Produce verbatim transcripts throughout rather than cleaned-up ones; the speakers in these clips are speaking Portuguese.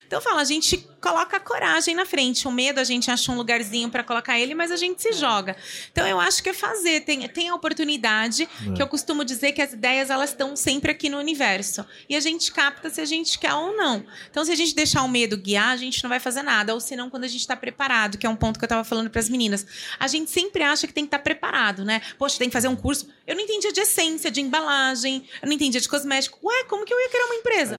Então, fala, a gente coloca a coragem na frente. O medo, a gente acha um lugarzinho para colocar ele, mas a gente se joga. Então, eu acho que é fazer. Tem, tem a oportunidade, é. que eu costumo dizer que as ideias, elas estão sempre aqui no universo. E a gente capta se a gente quer ou não. Então, se a gente deixar o medo guiar, a gente não vai fazer nada. Ou se não, quando a gente está preparado, que é um ponto que eu estava falando para as meninas. A gente sempre acha que tem que estar preparado, né? Poxa, tem que fazer um curso. Eu não entendia de essência, de embalagem. Eu não entendia de cosmético. Ué, como que eu ia criar uma empresa?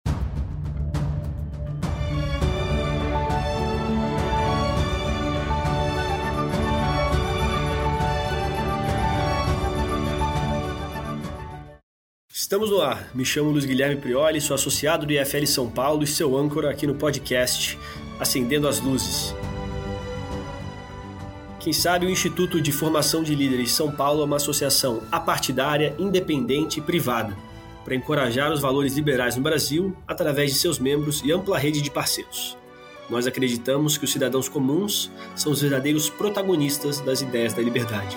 Estamos no ar. Me chamo Luiz Guilherme Prioli, sou associado do I F L São Paulo e seu âncora aqui no podcast Acendendo as Luzes. Quem sabe o Instituto de Formação de Líderes São Paulo é uma associação apartidária, independente e privada para encorajar os valores liberais no Brasil através de seus membros e ampla rede de parceiros. Nós acreditamos que os cidadãos comuns são os verdadeiros protagonistas das ideias da liberdade.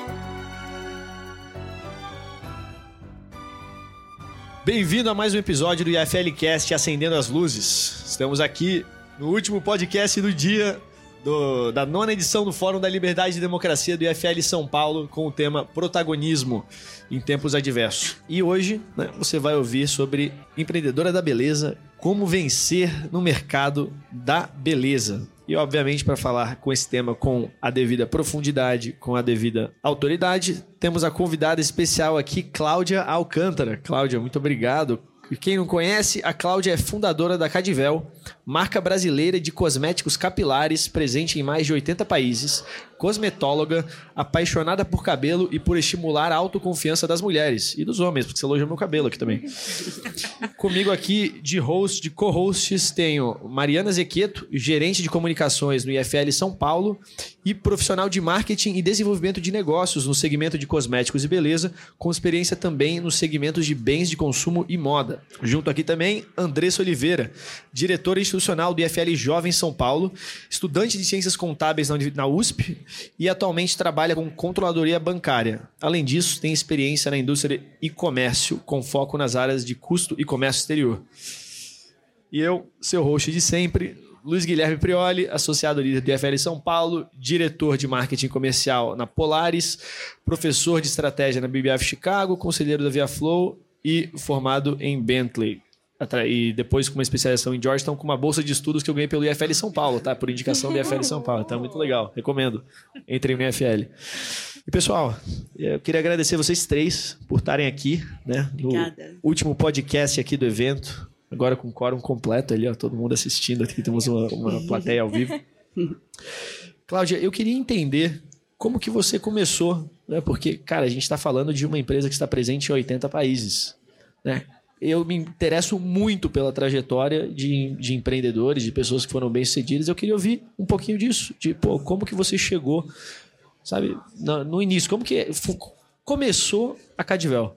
Bem-vindo a mais um episódio do I F L Cast Acendendo as Luzes. Estamos aqui no último podcast do dia do, da nona edição do Fórum da Liberdade e Democracia do I F L São Paulo com o tema Protagonismo em Tempos Adversos. E hoje, né, você vai ouvir sobre empreendedora da beleza, como vencer no mercado da beleza. E, obviamente, para falar com esse tema com a devida profundidade, com a devida autoridade, temos a convidada especial aqui, Cláudia Alcântara. Cláudia, muito obrigado. Quem não conhece, a Cláudia é fundadora da Cadivel, marca brasileira de cosméticos capilares, presente em mais de oitenta países, cosmetóloga, apaixonada por cabelo e por estimular a autoconfiança das mulheres e dos homens, porque você elogia meu cabelo aqui também. Comigo aqui, de host, de co-hosts, tenho Mariana Zequeto, gerente de comunicações no I F L São Paulo e profissional de marketing e desenvolvimento de negócios no segmento de cosméticos e beleza, com experiência também nos segmentos de bens de consumo e moda. Junto aqui também, Andressa Oliveira, diretora institucional do I F L Jovem São Paulo, estudante de ciências contábeis na U S P e atualmente trabalha com controladoria bancária. Além disso, tem experiência na indústria e comércio, com foco nas áreas de custo e comércio exterior. E eu, seu host de sempre, Luiz Guilherme Prioli, associado líder do I F L São Paulo, diretor de marketing comercial na Polaris, professor de estratégia na B B F Chicago, conselheiro da ViaFlow e formado em Bentley. E depois com uma especialização em Georgetown, com uma bolsa de estudos que eu ganhei pelo I F L São Paulo, tá? Por indicação do I F L São Paulo. Então, muito legal. Recomendo. Entrem no I F L. E, pessoal, eu queria agradecer vocês três por estarem aqui, né? No Obrigada. Último podcast aqui do evento. Agora com o quórum completo ali, ó. Todo mundo assistindo. Aqui temos uma, uma plateia ao vivo. Cláudia, eu queria entender como que você começou, né? Porque, cara, a gente está falando de uma empresa que está presente em oitenta países, né? Eu me interesso muito pela trajetória de, de empreendedores, de pessoas que foram bem-sucedidas. Eu queria ouvir um pouquinho disso. De, pô, como que você chegou, sabe, no, no início? Como que começou a Cadivel?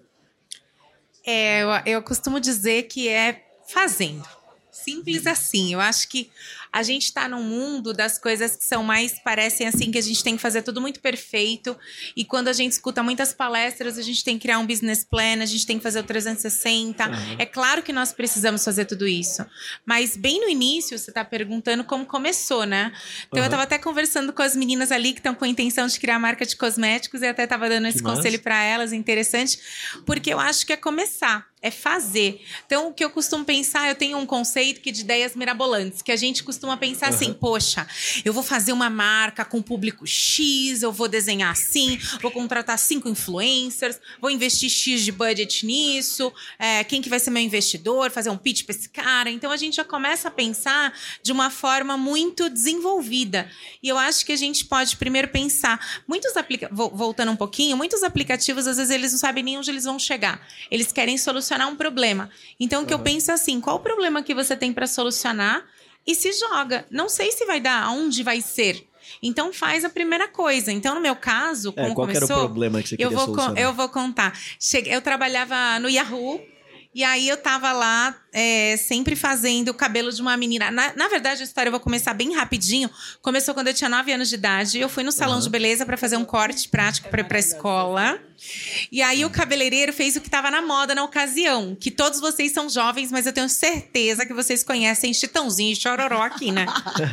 É, eu, eu costumo dizer que é fazendo. Simples assim. Eu acho que a gente está num mundo das coisas que são mais, parecem assim, que a gente tem que fazer tudo muito perfeito. E quando a gente escuta muitas palestras, a gente tem que criar um business plan, a gente tem que fazer o trezentos e sessenta. Uhum. É claro que nós precisamos fazer tudo isso. Mas bem no início, você está perguntando como começou, né? Então, uhum. eu estava até conversando com as meninas ali que estão com a intenção de criar a marca de cosméticos e até estava dando esse que conselho para elas, interessante, porque eu acho que é começar. É fazer. Então, o que eu costumo pensar, eu tenho um conceito que de ideias mirabolantes, que a gente costuma pensar uhum. assim, poxa, eu vou fazer uma marca com público X, eu vou desenhar assim, vou contratar cinco influencers, vou investir X de budget nisso, é, quem que vai ser meu investidor, fazer um pitch para esse cara. Então, a gente já começa a pensar de uma forma muito desenvolvida. E eu acho que a gente pode primeiro pensar, muitos aplicativos, voltando um pouquinho, muitos aplicativos, às vezes, eles não sabem nem onde eles vão chegar. Eles querem solucionar um problema. Então, o que uhum. eu penso é assim, qual o problema que você tem para solucionar e se joga. Não sei se vai dar, aonde vai ser. Então, faz a primeira coisa. Então, no meu caso, como é, qual começou... Qual era o problema que você queria eu vou solucionar? Eu vou contar. Cheguei, eu trabalhava no Yahoo... E aí eu tava lá é, sempre fazendo o cabelo de uma menina. Na, na verdade, a história eu vou começar bem rapidinho. Começou quando eu tinha nove anos de idade. Eu fui no salão uhum. de beleza para fazer um corte prático para ir pra escola. E aí o cabeleireiro fez o que estava na moda na ocasião. Que todos vocês são jovens, mas eu tenho certeza que vocês conhecem Chitãozinho e Chororó aqui, né?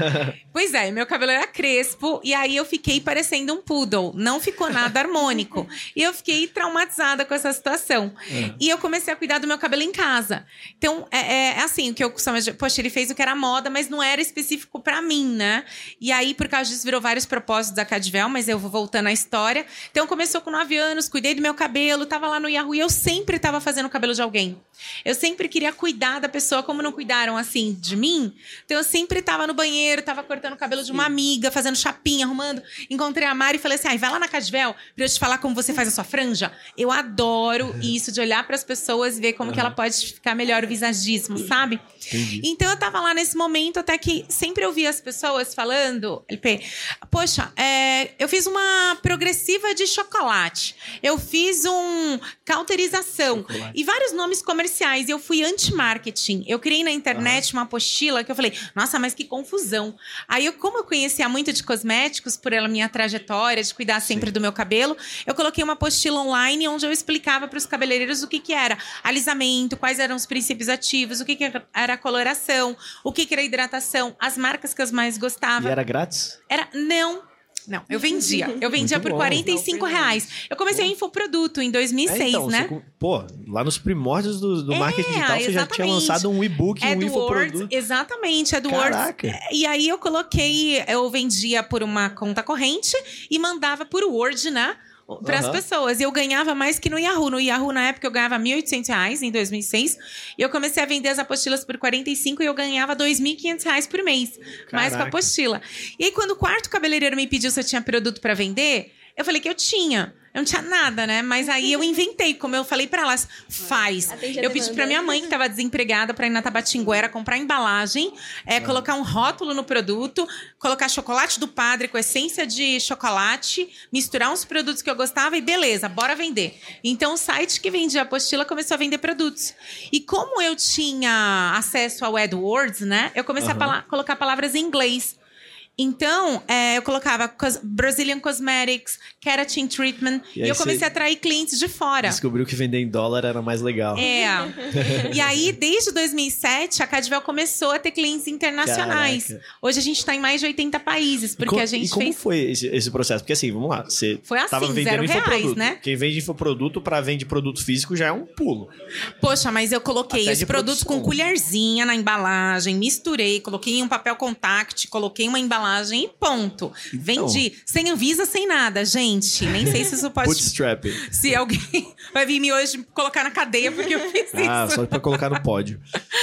Pois é, meu cabelo era crespo. E aí eu fiquei parecendo um poodle. Não ficou nada harmônico. E eu fiquei traumatizada com essa situação. É. E eu comecei a cuidar do meu cabelo em casa. Então, é, é assim, o que eu costumo dizer, poxa, ele fez o que era moda, mas não era específico pra mim, né? E aí, por causa disso, virou vários propósitos da Cadvel, mas eu vou voltando à história. Então, começou com nove anos, cuidei do meu cabelo, tava lá no Yahoo e eu sempre tava fazendo o cabelo de alguém. Eu sempre queria cuidar da pessoa, como não cuidaram, assim, de mim. Então, eu sempre tava no banheiro, tava cortando o cabelo de uma amiga, fazendo chapinha, arrumando. Encontrei a Mari e falei assim, ai, vai lá na Cadvel pra eu te falar como você faz a sua franja. Eu adoro isso, de olhar pras pessoas e ver como uhum. que ela pode ficar melhor o visagismo, sabe? Entendi. Então, eu tava lá nesse momento, até que sempre eu via as pessoas falando, L P, poxa, é, eu fiz uma progressiva de chocolate. Eu fiz um cauterização. Chocolate. E vários nomes comerciais. E eu fui anti-marketing. Eu criei na internet uhum. uma apostila que eu falei, nossa, mas que confusão. Aí, eu, como eu conhecia muito de cosméticos, por ela minha trajetória, de cuidar sempre Sim. do meu cabelo, eu coloquei uma apostila online onde eu explicava para os cabeleireiros o que, que era alisamento, quais eram os princípios ativos, o que, que era coloração, o que, que era hidratação, as marcas que eu mais gostava. E era grátis? Era, não. Não, eu vendia. Eu vendia Muito por bom. quarenta e cinco reais. Eu comecei a infoproduto em dois mil e seis, é, então, né? Você, pô, lá nos primórdios do, do é, marketing digital, você exatamente. já tinha lançado um e-book, um infoproduto. Exatamente, AdWords. Caraca. E aí eu coloquei, eu vendia por uma conta corrente e mandava por Word, né? Para as uhum. pessoas. E eu ganhava mais que no Yahoo. No Yahoo, na época, eu ganhava mil e oitocentos reais em dois mil e seis. E eu comecei a vender as apostilas por quarenta e cinco e eu ganhava dois mil e quinhentos reais por mês. Caraca. Mais com a apostila. E aí, quando o quarto cabeleireiro me pediu se eu tinha produto para vender, eu falei que eu tinha. Eu não tinha nada, né? Mas aí eu inventei, como eu falei pra elas, faz. Eu pedi pra minha mãe, que tava desempregada, pra ir na Tabatinguera, comprar embalagem, é, colocar um rótulo no produto, colocar chocolate do Padre com essência de chocolate, misturar uns produtos que eu gostava e beleza, bora vender. Então o site que vendia a apostila começou a vender produtos. E como eu tinha acesso ao AdWords, né? Eu comecei uhum. a pala- colocar palavras em inglês. Então, é, eu colocava cos- Brazilian Cosmetics, Keratin Treatment, e, e eu comecei a atrair clientes de fora. Descobriu que vender em dólar era mais legal. É. E aí, desde dois mil e sete, a Cadvel começou a ter clientes internacionais. Caraca. Hoje a gente está em mais de oitenta países, porque como, a gente e como fez... foi esse, esse processo? Porque assim, vamos lá, você foi assim, tava vendendo zero infoproduto. Reais, né? Quem vende infoproduto para vender produto físico já é um pulo. Poxa, mas eu coloquei Até os produtos produção. com colherzinha na embalagem, misturei, coloquei em um papel contact, coloquei uma embalagem e ponto. Então, vendi. Sem Anvisa, sem nada, gente. Nem sei se isso pode... Bootstrap. Se alguém vai vir me hoje colocar na cadeia porque eu fiz isso. Ah, só pra colocar no pódio.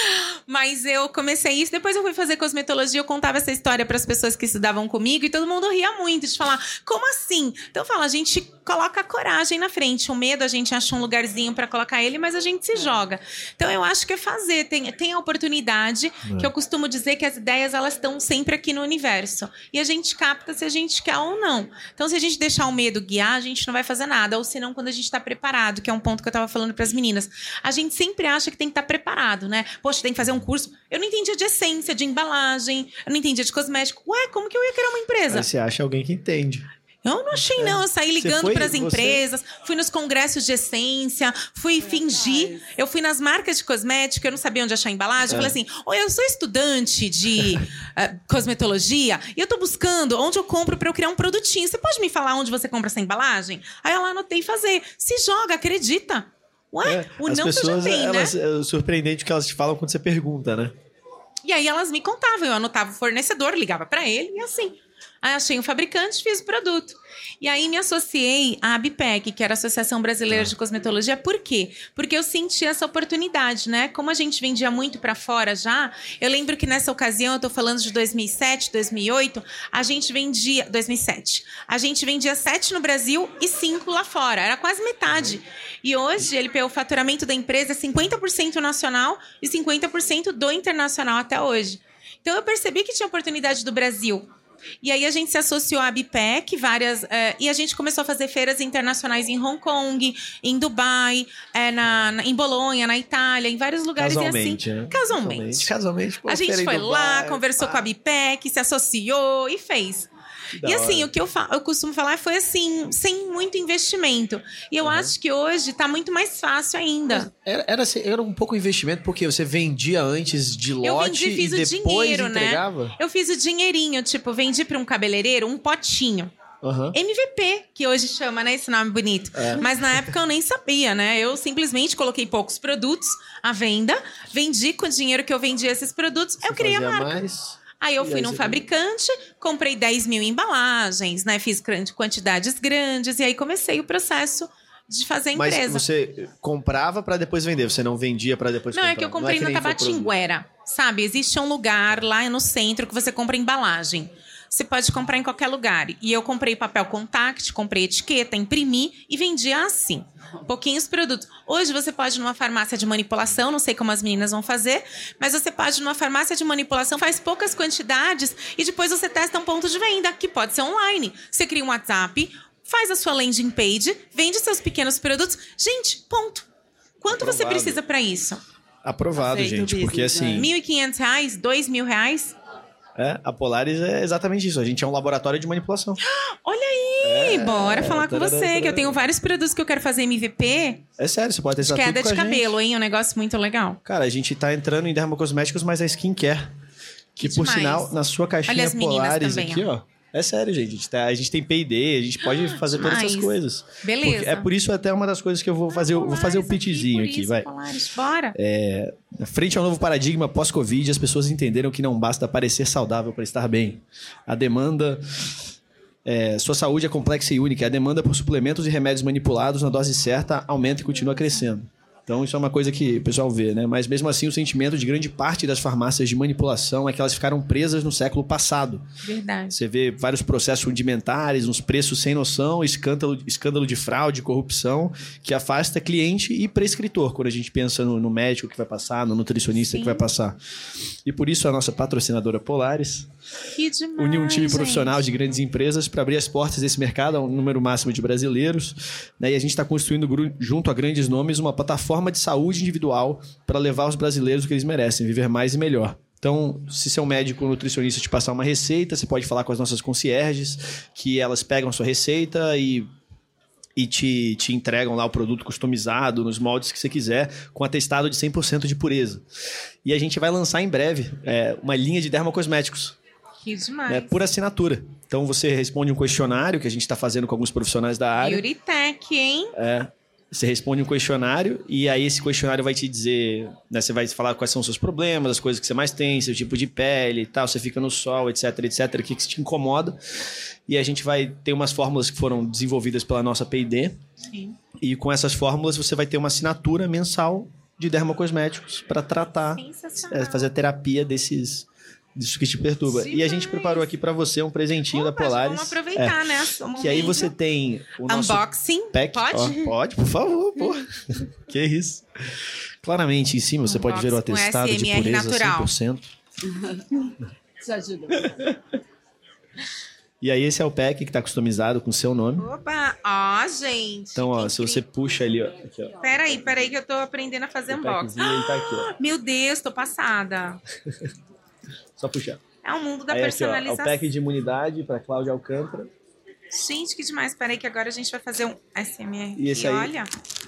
Mas eu comecei isso, depois eu fui fazer cosmetologia, eu contava essa história para as pessoas que estudavam comigo e todo mundo ria muito de falar, como assim? Então fala, a gente coloca a coragem na frente, o medo a gente acha um lugarzinho para colocar ele, mas a gente se joga. Então eu acho que é fazer, tem, tem a oportunidade, é. que eu costumo dizer que as ideias elas estão sempre aqui no universo e a gente capta se a gente quer ou não. Então se a gente deixar o medo guiar, a gente não vai fazer nada, ou senão quando a gente está preparado, que é um ponto que eu estava falando para as meninas, a gente sempre acha que tem que estar preparado, né? Poxa, tem que fazer um curso. Eu não entendia de essência, de embalagem, eu não entendia de cosmético. Ué, como que eu ia criar uma empresa? Aí você acha alguém que entende. Eu não achei, não. Eu saí ligando para as empresas, você... fui nos congressos de essência, fui foi fingir. Atrás. Eu fui nas marcas de cosmético, eu não sabia onde achar embalagem. É. Eu falei assim, oi, eu sou estudante de uh, cosmetologia e eu tô buscando onde eu compro para eu criar um produtinho. Você pode me falar onde você compra essa embalagem? Aí eu lá anotei fazer. Se joga, acredita. Ué, é, o as não pessoas, que eu já tenho, elas, né? É surpreendente o que elas te falam quando você pergunta, né? E aí elas me contavam, eu anotava o fornecedor, ligava para ele e assim... Aí achei um fabricante, fiz o produto. E aí me associei à ABPEC, que era a Associação Brasileira de Cosmetologia. Por quê? Porque eu senti essa oportunidade, né? Como a gente vendia muito para fora já, eu lembro que nessa ocasião, eu tô falando de dois mil e sete, dois mil e oito, a gente vendia... dois mil e sete. A gente vendia sete no Brasil e cinco lá fora. Era quase metade. E hoje, ele, o faturamento da empresa é cinquenta por cento nacional e cinquenta por cento do internacional até hoje. Então, eu percebi que tinha oportunidade do Brasil. E aí a gente se associou à Abipec, várias... É, e a gente começou a fazer feiras internacionais em Hong Kong, em Dubai, é, na, na, em Bolonha, na Itália, em vários lugares. Casualmente, e assim, né? Casualmente. Casualmente. Pô, a gente foi lá, conversou pá. com a Abipec, se associou e fez. E assim, o que eu, fa- eu costumo falar foi assim, sem muito investimento. E eu uhum. acho que hoje tá muito mais fácil ainda. Era, era, era um pouco investimento, porque você vendia antes de lote eu vendi, fiz e o depois dinheiro, entregava? Né? Eu fiz o dinheirinho, tipo, vendi para um cabeleireiro um potinho. Uhum. M V P, que hoje chama, né? Esse nome bonito. É. Mas na época eu nem sabia, né? Eu simplesmente coloquei poucos produtos à venda, vendi com o dinheiro que eu vendia esses produtos, você eu criei a marca. Mais... Aí eu e fui aí num fabricante, comprei dez mil embalagens, né? Fiz quantidades grandes e aí comecei o processo de fazer a empresa. Mas você comprava para depois vender, você não vendia para depois não, comprar? Não, é que eu comprei é no Tabatinguera, sabe? Existe um lugar lá no centro que você compra embalagem. Você pode comprar em qualquer lugar. E eu comprei papel contact, comprei etiqueta, imprimi e vendia assim. Pouquinhos produtos. Hoje você pode ir numa farmácia de manipulação, não sei como as meninas vão fazer, mas você pode ir numa farmácia de manipulação, faz poucas quantidades e depois você testa um ponto de venda, que pode ser online. Você cria um WhatsApp, faz a sua landing page, vende seus pequenos produtos. Gente, ponto. Quanto Aprovado. Você precisa para isso? Aprovado, Aceito gente, porque assim... mil e quinhentos reais? dois mil reais? É, a Polaris é exatamente isso. A gente é um laboratório de manipulação. Olha aí! É, Bora falar é, com você, tarará. que eu tenho vários produtos que eu quero fazer M V P. É sério, você pode testar tudo queda com de a cabelo, gente. hein? Um negócio muito legal. Cara, a gente tá entrando em dermocosméticos, mas é skincare. Que, que por sinal, na sua caixinha Polaris também, aqui, ó. ó. É sério, gente. A gente, tá, a gente tem P e D, a gente pode ah, fazer demais. todas essas coisas. Beleza. Porque é por isso até uma das coisas que eu vou fazer. Eu vou fazer o pitchzinho aqui, aqui vai. Polaris, bora. É, frente ao novo paradigma pós-Covid, as pessoas entenderam que não basta parecer saudável para estar bem. A demanda... É, sua saúde é complexa e única. A demanda por suplementos e remédios manipulados na dose certa aumenta e continua crescendo. Então, isso é uma coisa que o pessoal vê, né? Mas, mesmo assim, o sentimento de grande parte das farmácias de manipulação é que elas ficaram presas no século passado. Verdade. Você vê vários processos rudimentares, uns preços sem noção, escândalo, escândalo de fraude, corrupção, que afasta cliente e prescritor, quando a gente pensa no, no médico que vai passar, no nutricionista Sim. que vai passar. E por isso, a nossa patrocinadora Polaris que demais, uniu um time gente. profissional de grandes empresas para abrir as portas desse mercado a um número máximo de brasileiros. Né? E a gente está construindo, junto a grandes nomes, uma plataforma de saúde individual para levar aos brasileiros o que eles merecem, viver mais e melhor. Então, se seu médico ou nutricionista te passar uma receita, você pode falar com as nossas concierges, que elas pegam a sua receita e, e te, te entregam lá o produto customizado, nos moldes que você quiser, com atestado de cem por cento de pureza. E a gente vai lançar em breve é, uma linha de dermocosméticos. Que demais. Né, por assinatura. Então, você responde um questionário que a gente está fazendo com alguns profissionais da área. Yuritech, hein? É. Você responde um questionário e aí esse questionário vai te dizer, né, você vai falar quais são os seus problemas, as coisas que você mais tem, seu tipo de pele e tal, você fica no sol, etc, etc, o que, que te incomoda. E a gente vai ter umas fórmulas que foram desenvolvidas pela nossa P e D. Sim. E com essas fórmulas você vai ter uma assinatura mensal de dermocosméticos para tratar, é, fazer a terapia desses... disso que te perturba. Sim, e a gente preparou aqui pra você um presentinho Opa, da Polaris. Vamos aproveitar, é, né? Que aí você tem o nosso unboxing. Pack. Pode? Ó, pode, por favor. Pô. Que isso. Claramente, em cima, você Unbox pode ver o atestado de pureza natural. cem por cento. Isso ajuda. E aí esse é o pack que tá customizado com o seu nome. Opa! Ó, gente. Então, ó, se você puxa ali, ó. Aqui, ó. Peraí, peraí que eu tô aprendendo a fazer o unboxing. Ele tá aqui, ó. Meu Deus, tô passada. Só puxar. É o mundo da aí, personalização. Aqui, ó, é o pack de imunidade para Cláudia Alcântara. Gente, que demais. Peraí que agora a gente vai fazer um S M R. E esse e aí... olha.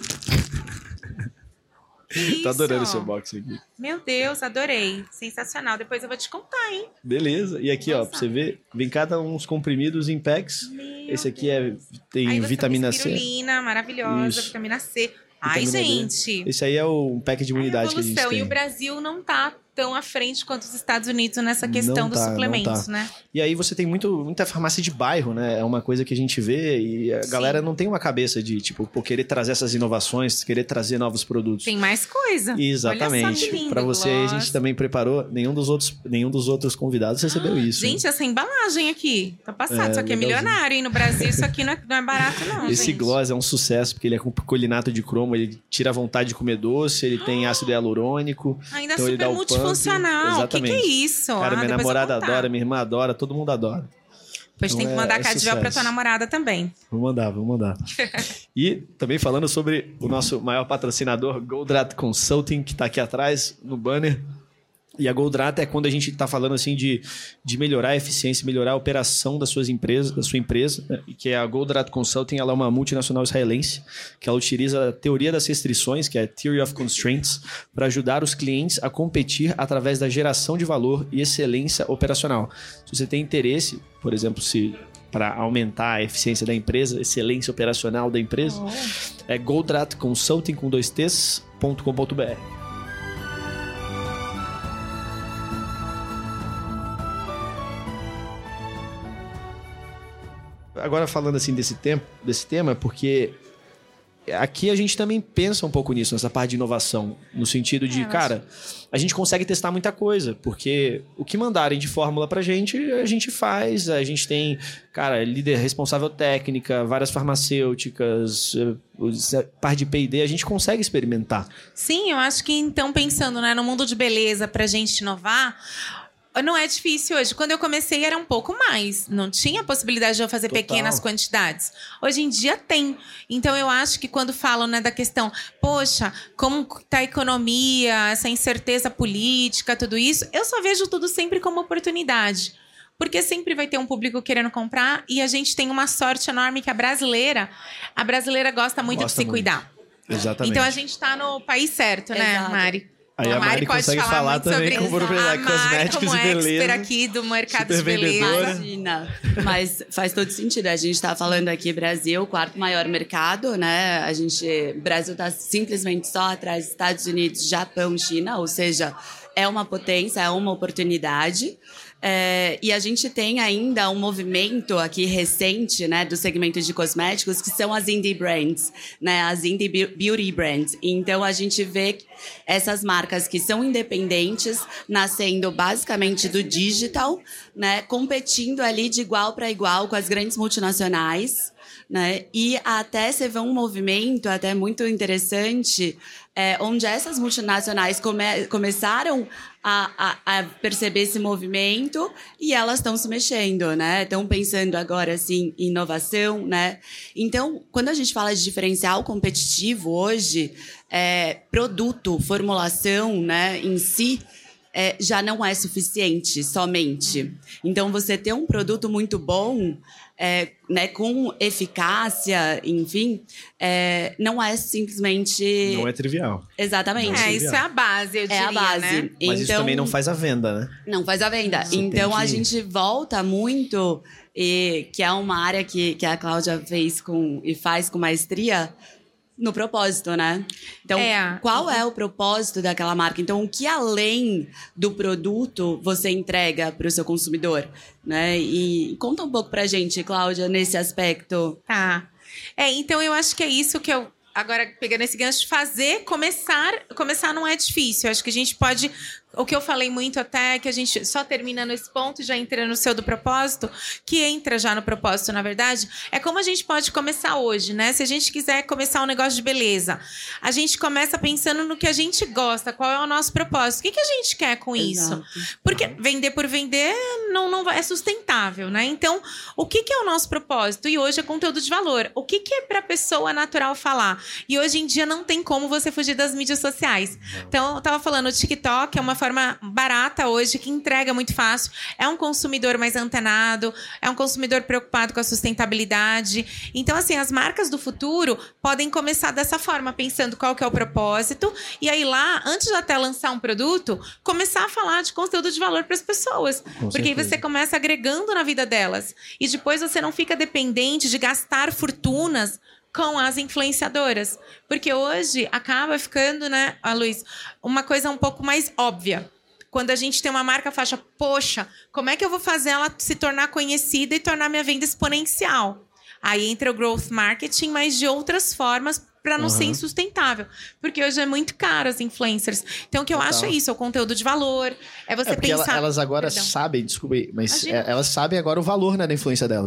Tô adorando esse unboxing aqui. Meu Deus, adorei. Sensacional. Depois eu vou te contar, hein? Beleza. E aqui, Nossa. ó, pra você ver, vem cada um uns comprimidos em packs. Meu esse aqui é, tem aí vitamina C. Espirulina, maravilhosa, Isso. vitamina C. Ai, vitamina gente. D. Esse aí é o pack de imunidade que a gente tem. E o Brasil não tá tão à frente quanto os Estados Unidos nessa questão não tá, dos suplementos, tá. né? E aí você tem muito, muita farmácia de bairro, né? É uma coisa que a gente vê e a Sim. galera não tem uma cabeça de, tipo, pô, querer trazer essas inovações, querer trazer novos produtos. Tem mais coisa. Exatamente. Para você, gloss. A gente também preparou, nenhum dos outros, nenhum dos outros convidados recebeu isso. Gente, hein? Essa embalagem aqui, tá passado. É, isso aqui legalzinho. É milionário, hein? No Brasil, isso aqui não é, não é barato, não, Esse gente. gloss é um sucesso, porque ele é com picolinato de cromo, ele tira a vontade de comer doce, ele tem ácido hialurônico. Ainda então super ele dá multifuncional. O que, que é isso? Cara, ah, minha namorada adora, minha irmã adora, todo mundo adora. Depois Então tem que é- mandar é Cadivel pra sucesso. tua namorada também. Vou mandar, vou mandar. E também falando sobre o nosso maior patrocinador, Goldratt Consulting, que está aqui atrás no banner. E a Goldratt é quando a gente está falando assim de, de melhorar a eficiência, melhorar a operação das suas empresas, da sua empresa, né? E que é a Goldratt Consulting, ela é uma multinacional israelense, que ela utiliza a teoria das restrições, que é a Theory of Constraints, para ajudar os clientes a competir através da geração de valor e excelência operacional. Se você tem interesse, por exemplo, se para aumentar a eficiência da empresa, excelência operacional da empresa, Oh. é goldratt consulting com dois t's ponto com ponto br. Agora falando assim desse tempo, desse tema, porque aqui a gente também pensa um pouco nisso, nessa parte de inovação, no sentido de, É, eu cara, a gente consegue testar muita coisa, porque o que mandarem de fórmula pra gente, a gente faz, a gente tem, cara, líder responsável técnica, várias farmacêuticas, eh, os- a parte de P e D, a gente consegue experimentar. Sim, eu acho que então, pensando, né, no mundo de beleza pra gente inovar, não é difícil hoje. Quando eu comecei era um pouco mais. Não tinha possibilidade de eu fazer Total. pequenas quantidades. Hoje em dia tem. Então eu acho que quando falam, né, da questão, poxa, como tá a economia, essa incerteza política, tudo isso, eu só vejo tudo sempre como oportunidade. Porque sempre vai ter um público querendo comprar e a gente tem uma sorte enorme que a brasileira, a brasileira gosta muito Gosta de se muito. cuidar. Exatamente. Então a gente tá no país certo, né, Exato. Mari? Aí a Mari pode consegue falar muito também sobre com isso. propriedade, A Mari, cosméticos como e beleza. expert aqui do mercado Super de beleza. vendedora. Imagina. Mas faz todo sentido. A gente está falando aqui Brasil, quarto maior mercado, né? A gente, o Brasil está simplesmente só atrás dos Estados Unidos, Japão, China, ou seja, é uma potência, é uma oportunidade. É, e a gente tem ainda um movimento aqui recente, né, do segmento de cosméticos, que são as indie brands, né, as indie be- beauty brands. Então a gente vê essas marcas que são independentes nascendo basicamente do digital, né, competindo ali de igual para igual com as grandes multinacionais. Né? E até você vê um movimento até muito interessante, é, onde essas multinacionais come- começaram a, a, a perceber esse movimento e elas estão se mexendo, né? Estão pensando agora assim, em inovação, né? Então, quando a gente fala de diferencial competitivo hoje, é, produto, formulação, né, em si, é, já não é suficiente somente. Então, você ter um produto muito bom, é, né, com eficácia, enfim, é, não é simplesmente... Não é trivial. Exatamente. É, isso é a base, eu É diria, a base. né? Mas isso Então, também não faz a venda, né? não faz a venda. Você Então, tem a que- gente volta muito, e, que é uma área que, que a Cláudia fez com, e faz com maestria, no propósito, né? Então, É. qual é o propósito daquela marca? Então, o que além do produto você entrega para o seu consumidor? Né? E conta um pouco pra gente, Cláudia, nesse aspecto. Tá. É, então eu acho que é isso que eu. Agora, pegando esse gancho, fazer, começar. Começar não é difícil. Eu acho que a gente pode. O que eu falei muito até, que a gente só termina nesse ponto, já entra no seu do propósito, que entra já no propósito, na verdade, é como a gente pode começar hoje, né? Se a gente quiser começar um negócio de beleza, a gente começa pensando no que a gente gosta, qual é o nosso propósito, o que, que a gente quer com isso? Exato. Porque vender por vender não, não vai, é sustentável, né? Então, o que, que é o nosso propósito? E hoje é conteúdo de valor. O que, que é pra pessoa natural falar? E hoje em dia não tem como você fugir das mídias sociais. Então, eu tava falando, o TikTok é uma forma barata hoje, que entrega muito fácil. É um consumidor mais antenado, é um consumidor preocupado com a sustentabilidade. Então, assim, as marcas do futuro podem começar dessa forma, pensando qual que é o propósito. E aí lá, antes de até lançar um produto, começar a falar de conteúdo de valor para as pessoas. Com Porque aí certeza. você começa agregando na vida delas. E depois você não fica dependente de gastar fortunas com as influenciadoras. Porque hoje acaba ficando, né, a Luiz, uma coisa um pouco mais óbvia. Quando a gente tem uma marca faixa, poxa, como é que eu vou fazer ela se tornar conhecida e tornar minha venda exponencial? Aí entra o growth marketing, mas de outras formas para não Uhum. ser insustentável. Porque hoje é muito caro as influencers. Então o que eu Total. acho é isso, é o conteúdo de valor, é você É porque ela- pensar... elas agora Perdão. sabem, desculpa aí, mas Imagina. é- elas sabem agora o valor, né, da influência delas.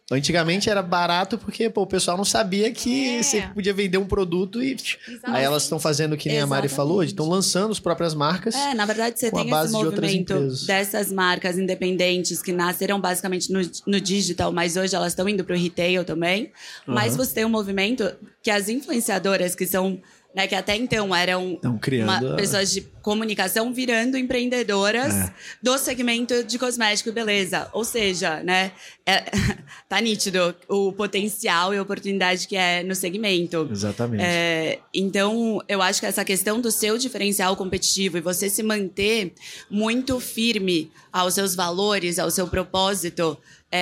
Antigamente era barato porque pô, o pessoal não sabia que É. você podia vender um produto e... Exatamente. Aí elas estão fazendo que nem a Mari falou, Exatamente. estão lançando as próprias marcas. É, na verdade, você com a tem base esse de outras movimento empresas. dessas marcas independentes que nasceram basicamente no, no digital, mas hoje elas estão indo para o retail também. Mas Uhum. você tem um movimento que as influenciadoras que são, né, que até então eram Estão criando uma- a- pessoas de comunicação virando empreendedoras É. do segmento de cosmético e beleza. Ou seja, né, é, tá nítido o potencial e a oportunidade que é no segmento. Exatamente. É, então, eu acho que essa questão do seu diferencial competitivo e você se manter muito firme aos seus valores, ao seu propósito,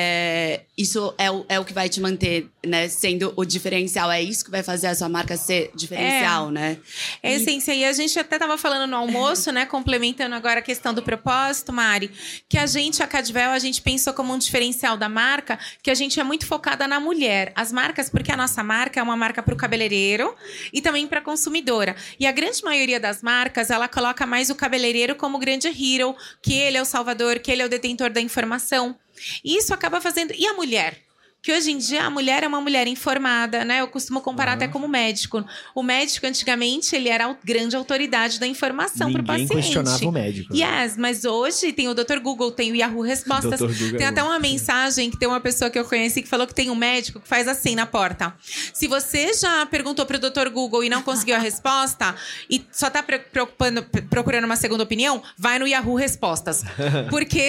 é, isso é o, é o que vai te manter, né, sendo o diferencial. É isso que vai fazer a sua marca ser diferencial, né? É a essência. E a gente até estava falando no almoço, né? Complementando agora a questão do propósito, Mari, que a gente, a Cadvel, a gente pensou como um diferencial da marca, que a gente é muito focada na mulher. As marcas, porque a nossa marca é uma marca para o cabeleireiro e também para a consumidora. E a grande maioria das marcas, ela coloca mais o cabeleireiro como grande hero, que ele é o salvador, que ele é o detentor da informação. E isso acaba fazendo... E a mulher? Que hoje em dia a mulher é uma mulher informada, né? Eu costumo comparar Uhum. até como médico. O médico, antigamente, ele era a grande autoridade da informação para o Ninguém paciente. questionava o médico. né? Yes, mas hoje tem o doutor Google, tem o Yahoo Respostas. doutor Google Tem é até bom. uma mensagem que tem uma pessoa que eu conheci que falou que tem um médico que faz assim na porta. Se você já perguntou para o doutor Google e não conseguiu a resposta e só está preocupando, procurando uma segunda opinião, vai no Yahoo Respostas. Porque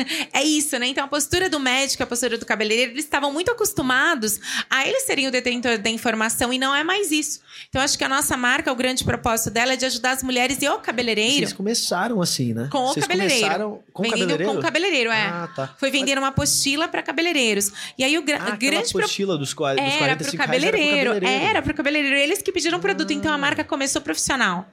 é isso, né? Então a postura do médico, a postura do cabeleireiro, eles estavam muito acostumados a eles serem o detentor da informação e não é mais isso. Então acho que a nossa marca, o grande propósito dela é de ajudar as mulheres e o cabeleireiro. Vocês começaram assim, né? Com o Vocês cabeleireiro. começaram com o Vendendo cabeleireiro? com o cabeleireiro, é. Ah, tá. Foi vender uma apostila para cabeleireiros. E aí o gra Ah, aquela grande pro- apostila dos, qua- dos era quarenta e pro cinco reais cabeleireiro. era pro cabeleireiro. Era pro cabeleireiro. Eles que pediram o produto, então a marca começou profissional.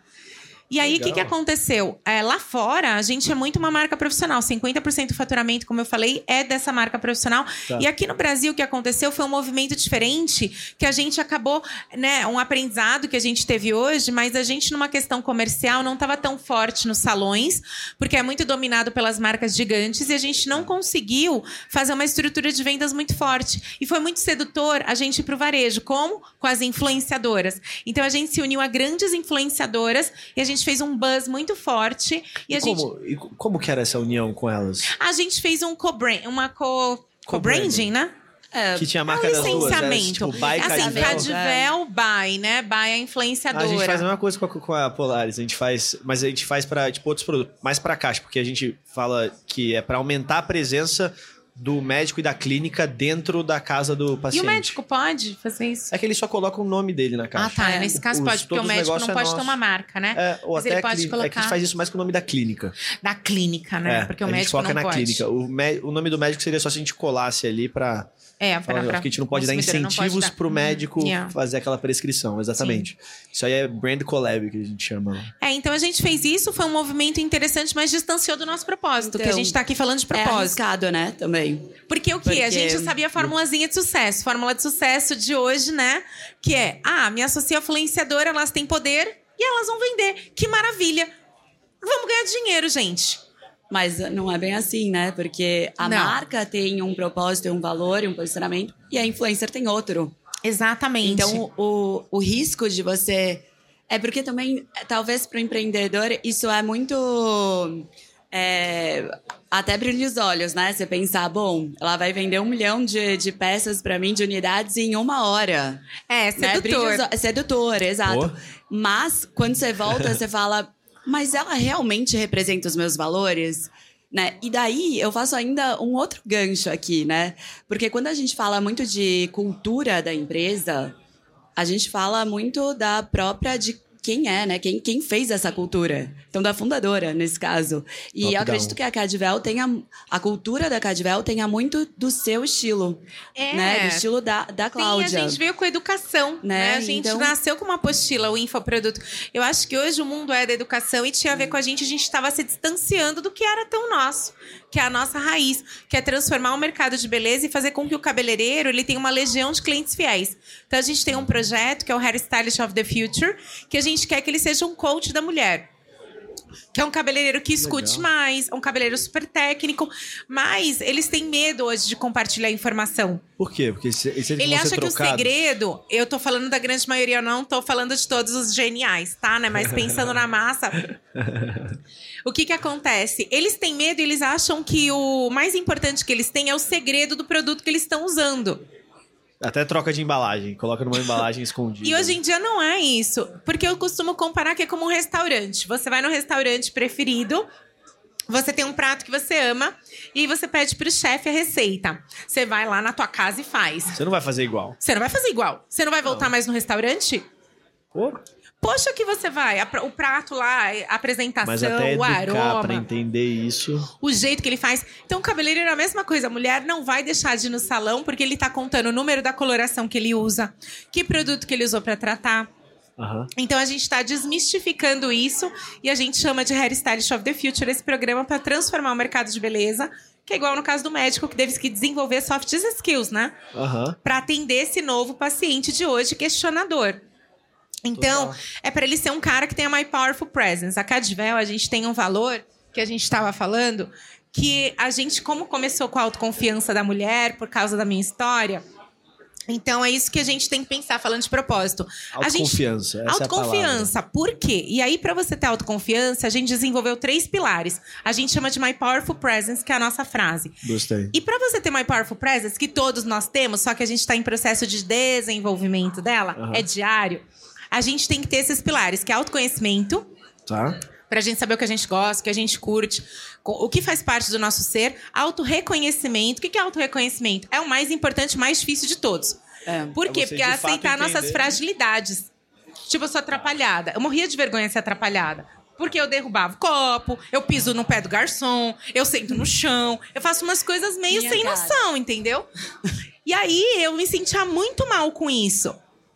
E aí, o que, Legal. que aconteceu? É, lá fora, a gente é muito uma marca profissional. cinquenta por cento do faturamento, como eu falei, é dessa marca profissional. Tá. E aqui no Brasil, o que aconteceu foi um movimento diferente, que a gente acabou, né, um aprendizado que a gente teve hoje, mas a gente, numa questão comercial, não estava tão forte nos salões, porque é muito dominado pelas marcas gigantes, e a gente não conseguiu fazer uma estrutura de vendas muito forte. E foi muito sedutor a gente ir para o varejo. Como? Com as influenciadoras. Então, a gente se uniu a grandes influenciadoras e a gente fez um buzz muito forte. E, E, a gente, como, e como que era essa união com elas? a gente fez um co-brand, uma co- co-branding, né? É, Que tinha a É marca um das duas, era licenciamento. tipo, by assim, Cadvel. Cadvel, by, né? By a A influenciadora. gente faz a mesma coisa com a, com a Polaris, a gente faz, mas a gente faz para tipo outros produtos, mais para caixa, porque a gente fala que é para aumentar a presença do médico e da clínica dentro da casa do E paciente. o médico pode fazer isso? É que ele só coloca o nome dele na Ah, caixa. tá. É. Nesse caso Os- pode, porque o todos os médico não negócios é pode ter nosso. uma marca, né? É, ou Mas até ele a pode clínica. colocar É que a gente faz isso mais com o nome da clínica. da clínica, né? É, porque o a gente médico foca não na pode. clínica. O, mé- o nome do médico seria só se a gente colasse ali pra... É, pra, falar, pra, porque a gente não pode dar consumidor não pode incentivos dar. pro médico Yeah. fazer aquela prescrição, exatamente. Isso aí é brand collab que a gente chama. É, então a gente fez isso, foi um movimento interessante, mas distanciou do nosso propósito, Então, que a gente tá aqui falando de é propósito. arriscado, né, também. Porque o quê? Porque- A gente já sabia a formulazinha de sucesso. Fórmula de sucesso de hoje, né? Que é, ah, me associo à influenciadora, elas têm poder e elas vão vender. Que maravilha. Vamos ganhar dinheiro, gente. Mas não é bem assim, né? Porque a Não. marca tem um propósito, um valor, um posicionamento, e a influencer tem outro. Exatamente. Então, o, o risco de você... É porque também, talvez para o empreendedor, isso é muito... é, até brilha os olhos, né? Você pensar, bom, ela vai vender um milhão de, de peças para mim, de unidades, em uma hora. é, Né? Brilha sedutor. os o- sedutor, exato. Pô. Mas, quando você volta, você fala... Mas ela realmente representa os meus valores? Né? E daí, eu faço ainda um outro gancho aqui, né? Porque quando a gente fala muito de cultura da empresa, a gente fala muito da própria... de quem é, né? Quem, quem fez essa cultura. Então, da fundadora, nesse caso. E Top eu acredito down. que a Cadvel tenha... A cultura da Cadvel tenha muito do seu estilo. É. Né? Do estilo da, da Sim, Cláudia. a gente veio com educação, né? Né? A gente Então- nasceu com uma apostila, o infoproduto. Eu acho que hoje o mundo é da educação e tinha a ver com a gente, a gente estava se distanciando do que era tão nosso, que é a nossa raiz, que é transformar o mercado de beleza e fazer com que o cabeleireiro ele tenha uma legião de clientes fiéis. Então a gente tem um projeto que é o Hair Stylist of the Future, que a gente quer que ele seja um coach da mulher. Que é um cabeleireiro que escute Legal. mais, é um cabeleireiro super técnico, mas eles têm medo hoje de compartilhar informação. Por quê? Porque se, se eles Ele vão ser acha que o trocados. segredo, eu tô falando da grande maioria, eu não tô falando de todos os geniais, tá? Né? Mas pensando na massa, o que que acontece? Eles têm medo e eles acham que o mais importante que eles têm é o segredo do produto que eles estão usando. Até troca de embalagem, coloca numa embalagem escondida. E hoje em dia não é isso, porque eu costumo comparar que é como um restaurante. Você vai no restaurante preferido, você tem um prato que você ama e você pede pro chefe a receita. Você vai lá na tua casa e faz. Você não vai fazer igual. Você não vai fazer igual. Você não vai voltar Não. mais no restaurante? Pô, Poxa, que você vai. A pra- O prato lá, a apresentação, mas até o educar aroma, pra entender isso. o jeito que ele faz. Então, o cabeleireiro é a mesma coisa. A mulher não vai deixar de ir no salão porque ele tá contando o número da coloração que ele usa, que produto que ele usou pra tratar. Aham. Então, a gente tá desmistificando isso e a gente chama de Hairstylist of the Future esse programa pra transformar o mercado de beleza, que é igual no caso do médico que teve que desenvolver soft skills, né? Aham. Pra atender esse novo paciente de hoje questionador. Então, Total. é para ele ser um cara que tenha My Powerful Presence. A Cadvel, a gente tem um valor que a gente estava falando, que a gente, como começou com a autoconfiança da mulher, por causa da minha história, então é isso que a gente tem que pensar, falando de propósito. A gente, Autoconfiança. Essa autoconfiança. Por quê? E aí, para você ter autoconfiança, a gente desenvolveu três pilares. A gente chama de My Powerful Presence, que é a nossa frase. É a palavra. Gostei. E para você ter My Powerful Presence, que todos nós temos, só que a gente está em processo de desenvolvimento dela, Aham. é diário, a gente tem que ter esses pilares, que é autoconhecimento, Tá? pra gente saber o que a gente gosta, o que a gente curte, co- o que faz parte do nosso ser. Autorreconhecimento. O que que é autorreconhecimento? É o mais importante, o mais difícil de todos. É. Por É quê? você, Porque é de fato, aceitar nossas entender. fragilidades. Tipo, eu sou atrapalhada. Eu morria de vergonha de ser atrapalhada. Porque eu derrubava o copo, eu piso no pé do garçom, eu sento no chão, eu faço umas coisas meio Minha sem cara. noção, entendeu? E aí eu me sentia muito mal com isso.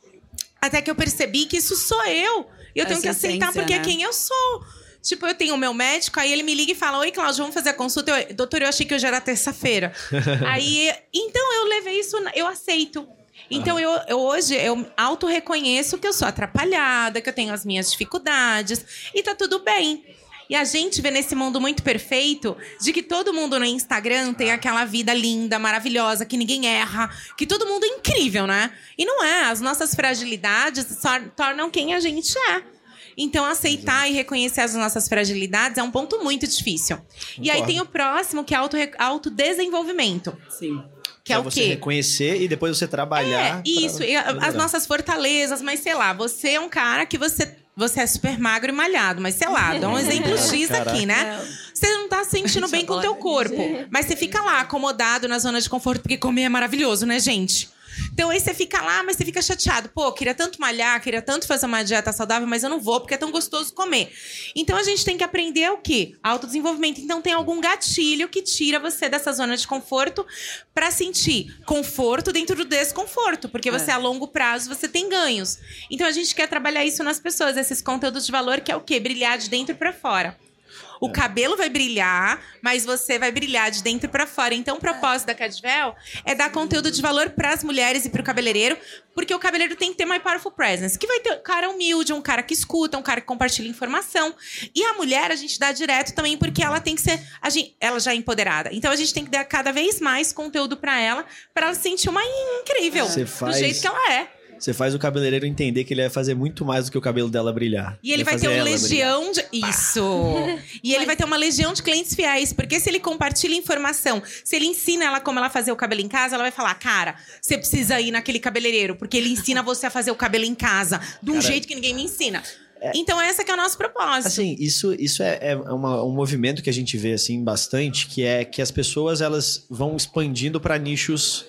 Até que eu percebi que isso sou eu. E eu tenho Essa que aceitar essência, porque é né? quem eu sou. Tipo, eu tenho o meu médico, aí ele me liga e fala: Oi, Cláudio, vamos fazer a consulta. Eu, Doutor, eu achei que hoje era terça-feira. Aí, então eu levei isso, na- eu aceito. Então, eu, eu hoje eu auto-reconheço que eu sou atrapalhada, que eu tenho as minhas dificuldades, e tá tudo bem. E a gente vê nesse mundo muito perfeito de que todo mundo no Instagram tem aquela vida linda, maravilhosa, que ninguém erra, que todo mundo é incrível, né? E não é. As nossas fragilidades só tornam quem a gente é. Então, aceitar e reconhecer as nossas fragilidades é um ponto muito difícil. E aí Concordo. tem o próximo, que é auto- autodesenvolvimento. Sim. Que é o você quê? reconhecer e depois você trabalhar. É, isso. pra E a- as melhorar. nossas fortalezas, mas sei lá, você é um cara que você, você é super magro e malhado, mas sei lá, dá um exemplo X aqui, né? Você não tá se sentindo bem com o teu corpo, mas você fica lá acomodado na zona de conforto, porque comer é maravilhoso, né, gente? Então aí você fica lá, mas você fica chateado. Pô, queria tanto malhar, queria tanto fazer uma dieta saudável, mas eu não vou porque é tão gostoso comer. Então a gente tem que aprender o quê? Autodesenvolvimento. Então tem algum gatilho que tira você dessa zona de conforto pra sentir conforto dentro do desconforto. Porque você, É. a longo prazo, você tem ganhos. Então a gente quer trabalhar isso nas pessoas, esses conteúdos de valor, que é o quê? Brilhar de dentro pra fora. O cabelo vai brilhar, mas você vai brilhar de dentro pra fora. Então, o propósito da Cadvel é dar conteúdo de valor pras mulheres e pro cabeleireiro, porque o cabeleireiro tem que ter My Powerful Presence, que vai ter um cara humilde, um cara que escuta, um cara que compartilha informação. E a mulher, a gente dá direto também, porque ela tem que ser... A gente, ela já é empoderada. Então, a gente tem que dar cada vez mais conteúdo pra ela, pra ela se sentir uma incrível, Você do faz- jeito que ela é. Você faz o cabeleireiro entender que ele vai fazer muito mais do que o cabelo dela brilhar. E ele vai ter fazer uma ela legião de... Isso! E ele vai ter uma legião de clientes fiéis. Porque se ele compartilha informação, se ele ensina ela como ela fazer o cabelo em casa, ela vai falar: cara, você precisa ir naquele cabeleireiro, porque ele ensina você a fazer o cabelo em casa, de um Cara, jeito que ninguém me ensina. Então, essa que é o nosso propósito. Assim, isso, isso é, é uma- um movimento que a gente vê assim bastante, que é que as pessoas elas vão expandindo para nichos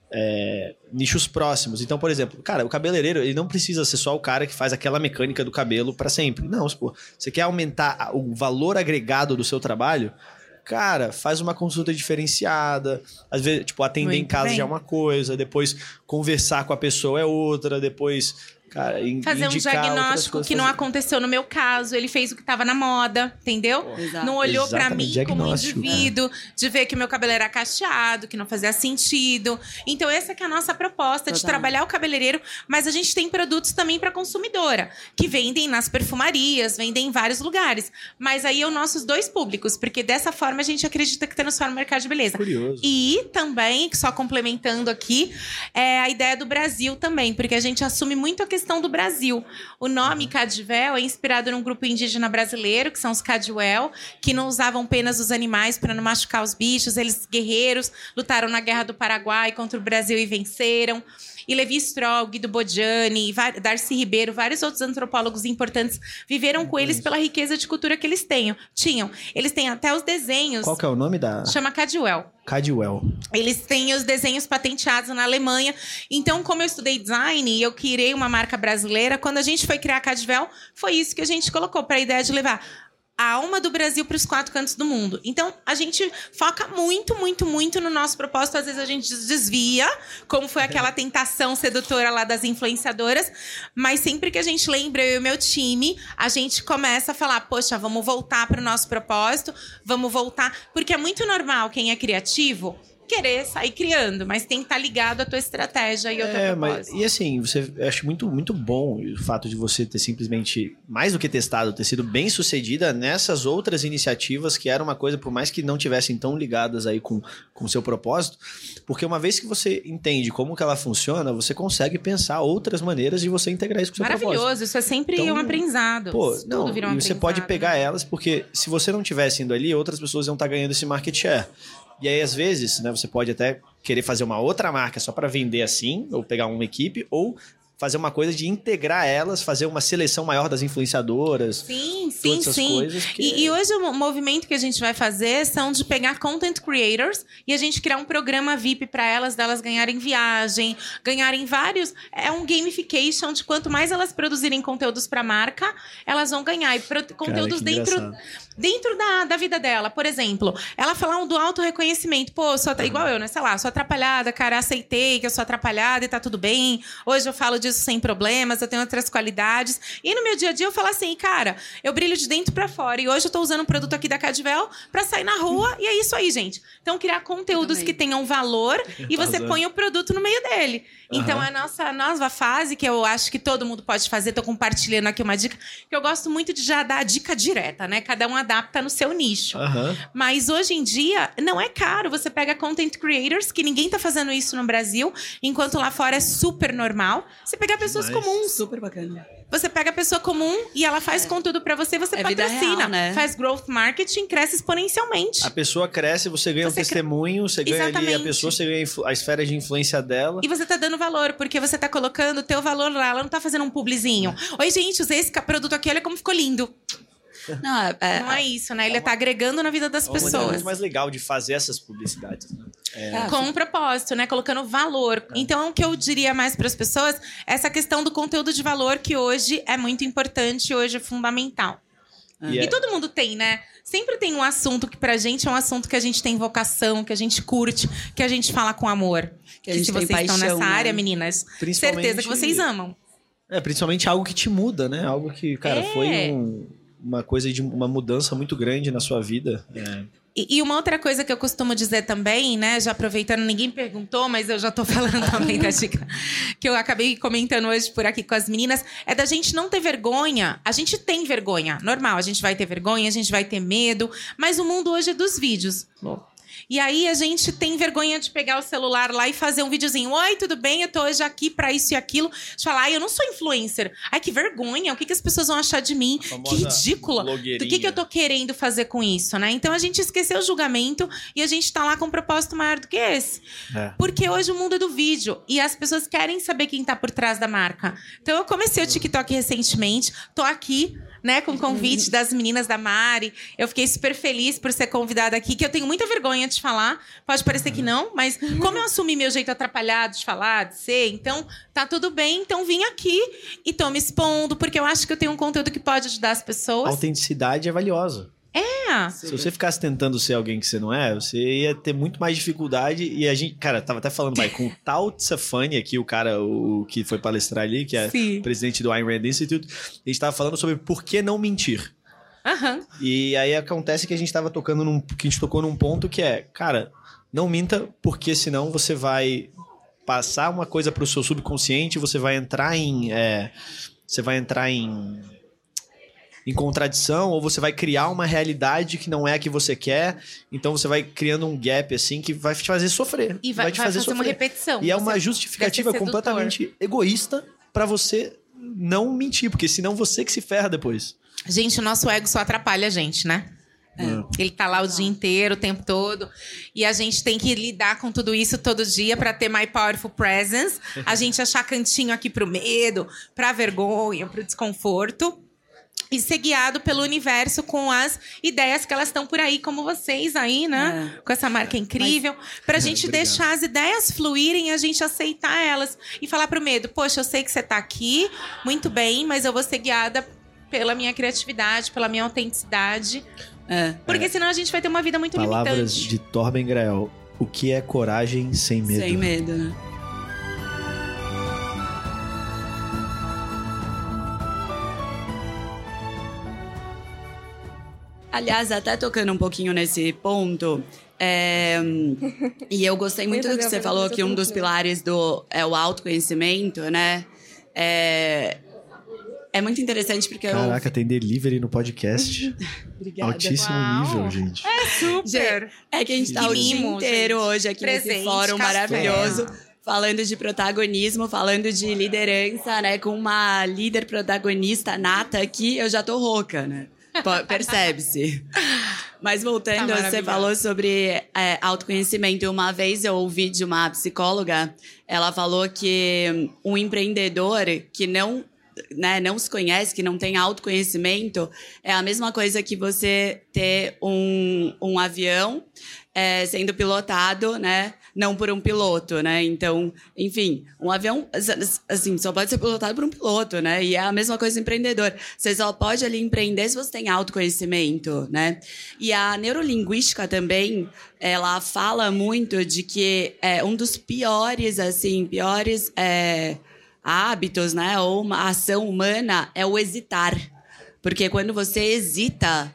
é, nichos próximos. Então, por exemplo, cara, o cabeleireiro ele não precisa ser só o cara que faz aquela mecânica do cabelo para sempre. Não, pô, você quer aumentar a- o valor agregado do seu trabalho? Cara, faz uma consulta diferenciada. Às vezes, tipo, atender em Muito casa bem. já é uma coisa, depois conversar com a pessoa é outra, depois Cara, in, fazer um diagnóstico que não fazer. aconteceu no meu caso. Ele fez o que estava na moda, entendeu? Exato. Não olhou para mim como indivíduo, é. de ver que meu cabelo era cacheado, que não fazia sentido. Então essa que é a nossa proposta, de Total. trabalhar o cabeleireiro, mas a gente tem produtos também para consumidora, que vendem nas perfumarias, vendem em vários lugares. Mas aí é os nossos dois públicos, porque dessa forma a gente acredita que transforma o mercado de beleza. Curioso. E também, só complementando aqui, é a ideia do Brasil também, porque a gente assume muito a questão do Brasil. O nome Cadwell é inspirado num grupo indígena brasileiro, que são os Cadwell, que não usavam penas dos animais para não machucar os bichos. Eles, guerreiros, lutaram na Guerra do Paraguai contra o Brasil e venceram. E Levi Strauss, Guido Bojani, Darcy Ribeiro, vários outros antropólogos importantes viveram com eles pela riqueza de cultura que eles tenham, tinham. Eles têm até os desenhos. Qual que é o nome da... Chama Cadwell. Cadwell. Eles têm os desenhos patenteados na Alemanha. Então, como eu estudei design e eu criei uma marca brasileira, quando a gente foi criar a Cadwell, foi isso que a gente colocou para a ideia de levar a alma do Brasil para os quatro cantos do mundo. Então, a gente foca muito, muito, muito no nosso propósito. Às vezes a gente desvia, como foi aquela tentação sedutora lá das influenciadoras. Mas sempre que a gente lembra, eu e o meu time, a gente começa a falar, poxa, vamos voltar para o nosso propósito, vamos voltar. Porque é muito normal quem é criativo querer sair criando, mas tem que estar ligado à tua estratégia e ao teu É, propósito. mas, e assim, você, eu acho muito, muito bom o fato de você ter simplesmente, mais do que testado, ter sido bem sucedida nessas outras iniciativas que eram uma coisa, por mais que não tivessem tão ligadas aí com o seu propósito, porque uma vez que você entende como que ela funciona, você consegue pensar outras maneiras de você integrar isso com o seu propósito. Maravilhoso, isso é sempre Então, um aprendizado. Pô, Tudo não, vira um e você aprendizado, pode pegar né? elas, porque se você não tivesse indo ali, outras pessoas iam estar ganhando esse market share. E aí, às vezes, né, você pode até querer fazer uma outra marca só para vender assim, ou pegar uma equipe, ou fazer uma coisa de integrar elas, fazer uma seleção maior das influenciadoras. Sim, sim, todas essas sim. coisas que... E, e hoje o movimento que a gente vai fazer são de pegar content creators e a gente criar um programa V I P para elas, delas ganharem viagem, ganharem vários... É um gamification de quanto mais elas produzirem conteúdos para a marca, elas vão ganhar. E pro, conteúdos Cara, dentro, dentro da, da vida dela. Por exemplo, ela falar um do auto-reconhecimento. Pô, sou, igual eu, né? Sei lá, sou atrapalhada, cara, aceitei que eu sou atrapalhada e tá tudo bem. Hoje eu falo de disso sem problemas, eu tenho outras qualidades. E no meu dia a dia eu falo assim, cara, eu brilho de dentro pra fora. E hoje eu tô usando um produto aqui da Cadwell pra sair na rua. E é isso aí, gente. Então, criar conteúdos que tenham valor e você põe o produto no meio dele. Uhum. Então, a nossa nova fase, que eu acho que todo mundo pode fazer, tô compartilhando aqui uma dica, que eu gosto muito de já dar a dica direta, né? Cada um adapta no seu nicho. Uhum. Mas hoje em dia, não é caro. Você pega content creators, que ninguém tá fazendo isso no Brasil, enquanto lá fora é super normal. Você pega pessoas Mas... comuns. Super bacana. Você pega a pessoa comum e ela faz é. conteúdo pra você, você é patrocina. Real, né? Faz growth marketing, cresce exponencialmente. A pessoa cresce, você ganha você um testemunho, cre... você ganha Exatamente. ali a pessoa, você ganha a esfera de influência dela. E você tá dando valor, porque você tá colocando o teu valor lá, ela não tá fazendo um publizinho. Oi, gente, usei esse produto aqui, olha como ficou lindo. Não é, é, não é isso, né? Ele é uma, tá agregando na vida das é uma pessoas. É muito mais legal de fazer essas publicidades, né? É. Com um propósito, né? Colocando valor. É. Então, o que eu diria mais para as pessoas é essa questão do conteúdo de valor, que hoje é muito importante, hoje é fundamental. É. E todo mundo tem, né? Sempre tem um assunto que pra gente é um assunto que a gente tem vocação, que a gente curte, que a gente fala com amor. Que a gente e se tem vocês paixão, estão nessa né? área, meninas, certeza que vocês amam. É, principalmente algo que te muda, né? Algo que, cara, é. foi um, uma coisa de uma mudança muito grande na sua vida. É. E, e uma outra coisa que eu costumo dizer também, né? Já aproveitando, ninguém perguntou, mas eu já tô falando também da dica que eu acabei comentando hoje por aqui com as meninas, é da gente não ter vergonha. A gente tem vergonha, normal, a gente vai ter vergonha, a gente vai ter medo, mas o mundo hoje é dos vídeos. Bom. E aí a gente tem vergonha de pegar o celular lá e fazer um videozinho. Oi, tudo bem? Eu tô hoje aqui pra isso e aquilo. De falar, ai, eu não sou influencer. Ai, que vergonha. O que, que as pessoas vão achar de mim? Que ridícula. Do que, que eu tô querendo fazer com isso, né? Então a gente esqueceu o julgamento e a gente tá lá com um propósito maior do que esse. É. Porque hoje o mundo é do vídeo e as pessoas querem saber quem tá por trás da marca. Então eu comecei o TikTok recentemente. Tô aqui, né, com o convite das meninas da Mari. Eu fiquei super feliz por ser convidada aqui, que eu tenho muita vergonha de falar. Pode parecer que não, mas como eu assumi meu jeito atrapalhado de falar, de ser, então tá tudo bem. Então vim aqui e tô me expondo, porque eu acho que eu tenho um conteúdo que pode ajudar as pessoas. A autenticidade é valiosa. É. Se você ficasse tentando ser alguém que você não é, você ia ter muito mais dificuldade. E a gente, cara, tava até falando, vai, com o Tal Tsafani aqui, o cara o, que foi palestrar ali, que é Sim. presidente do Ayn Rand Institute, a gente tava falando sobre por que não mentir. Uhum. E aí acontece que a gente tava tocando num, que a gente tocou num ponto que é, cara, não minta, porque senão você vai passar uma coisa pro seu subconsciente, você vai entrar em... É, você vai entrar em... em contradição, ou você vai criar uma realidade que não é a que você quer, então você vai criando um gap, assim, que vai te fazer sofrer. E vai, vai te vai fazer, fazer sofrer. uma repetição. E é Você uma deve justificativa ser sedutor. completamente egoísta pra você não mentir, porque senão você que se ferra depois. Gente, o nosso ego só atrapalha a gente, né? É. Ele tá lá o dia inteiro, o tempo todo. E a gente tem que lidar com tudo isso todo dia pra ter My Powerful Presence. A gente achar cantinho aqui pro medo, pra vergonha, pro desconforto. E ser guiado pelo universo com as ideias que elas estão por aí, como vocês aí, né? É. Com essa marca incrível. Mas... Pra gente Obrigado. deixar as ideias fluírem e a gente aceitar elas. E falar pro medo, poxa, eu sei que você tá aqui, muito bem, mas eu vou ser guiada pela minha criatividade, pela minha autenticidade. É. Porque É. senão a gente vai ter uma vida muito Palavras limitante. de Torben Grael. O que é coragem sem medo? Sem medo, né? Aliás, até tocando um pouquinho nesse ponto, é, e eu gostei muito do que você falou, que um dos pilares do é o autoconhecimento, né? É, é muito interessante porque Caraca, eu... tem delivery no podcast. Obrigada. Altíssimo Uau. nível, gente. É super. É que a gente tá Que o dia mimo, inteiro gente. hoje aqui Presente, nesse fórum café. maravilhoso, falando de protagonismo, falando de liderança, né? Com uma líder protagonista nata aqui, eu já tô rouca, né? P- Percebe-se. Mas voltando, Tá você falou sobre é, autoconhecimento. Uma vez eu ouvi de uma psicóloga, ela falou que um empreendedor que não... Né, não se conhece, que não tem autoconhecimento, é a mesma coisa que você ter um, um avião é, sendo pilotado, né, não por um piloto, né? Então, enfim, um avião, assim, só pode ser pilotado por um piloto, né? E é a mesma coisa do empreendedor. Você só pode ali empreender se você tem autoconhecimento, né? E a neurolinguística também, ela fala muito de que é um dos piores, assim, piores... É, hábitos, né, ou uma ação humana é o hesitar. Porque quando você hesita,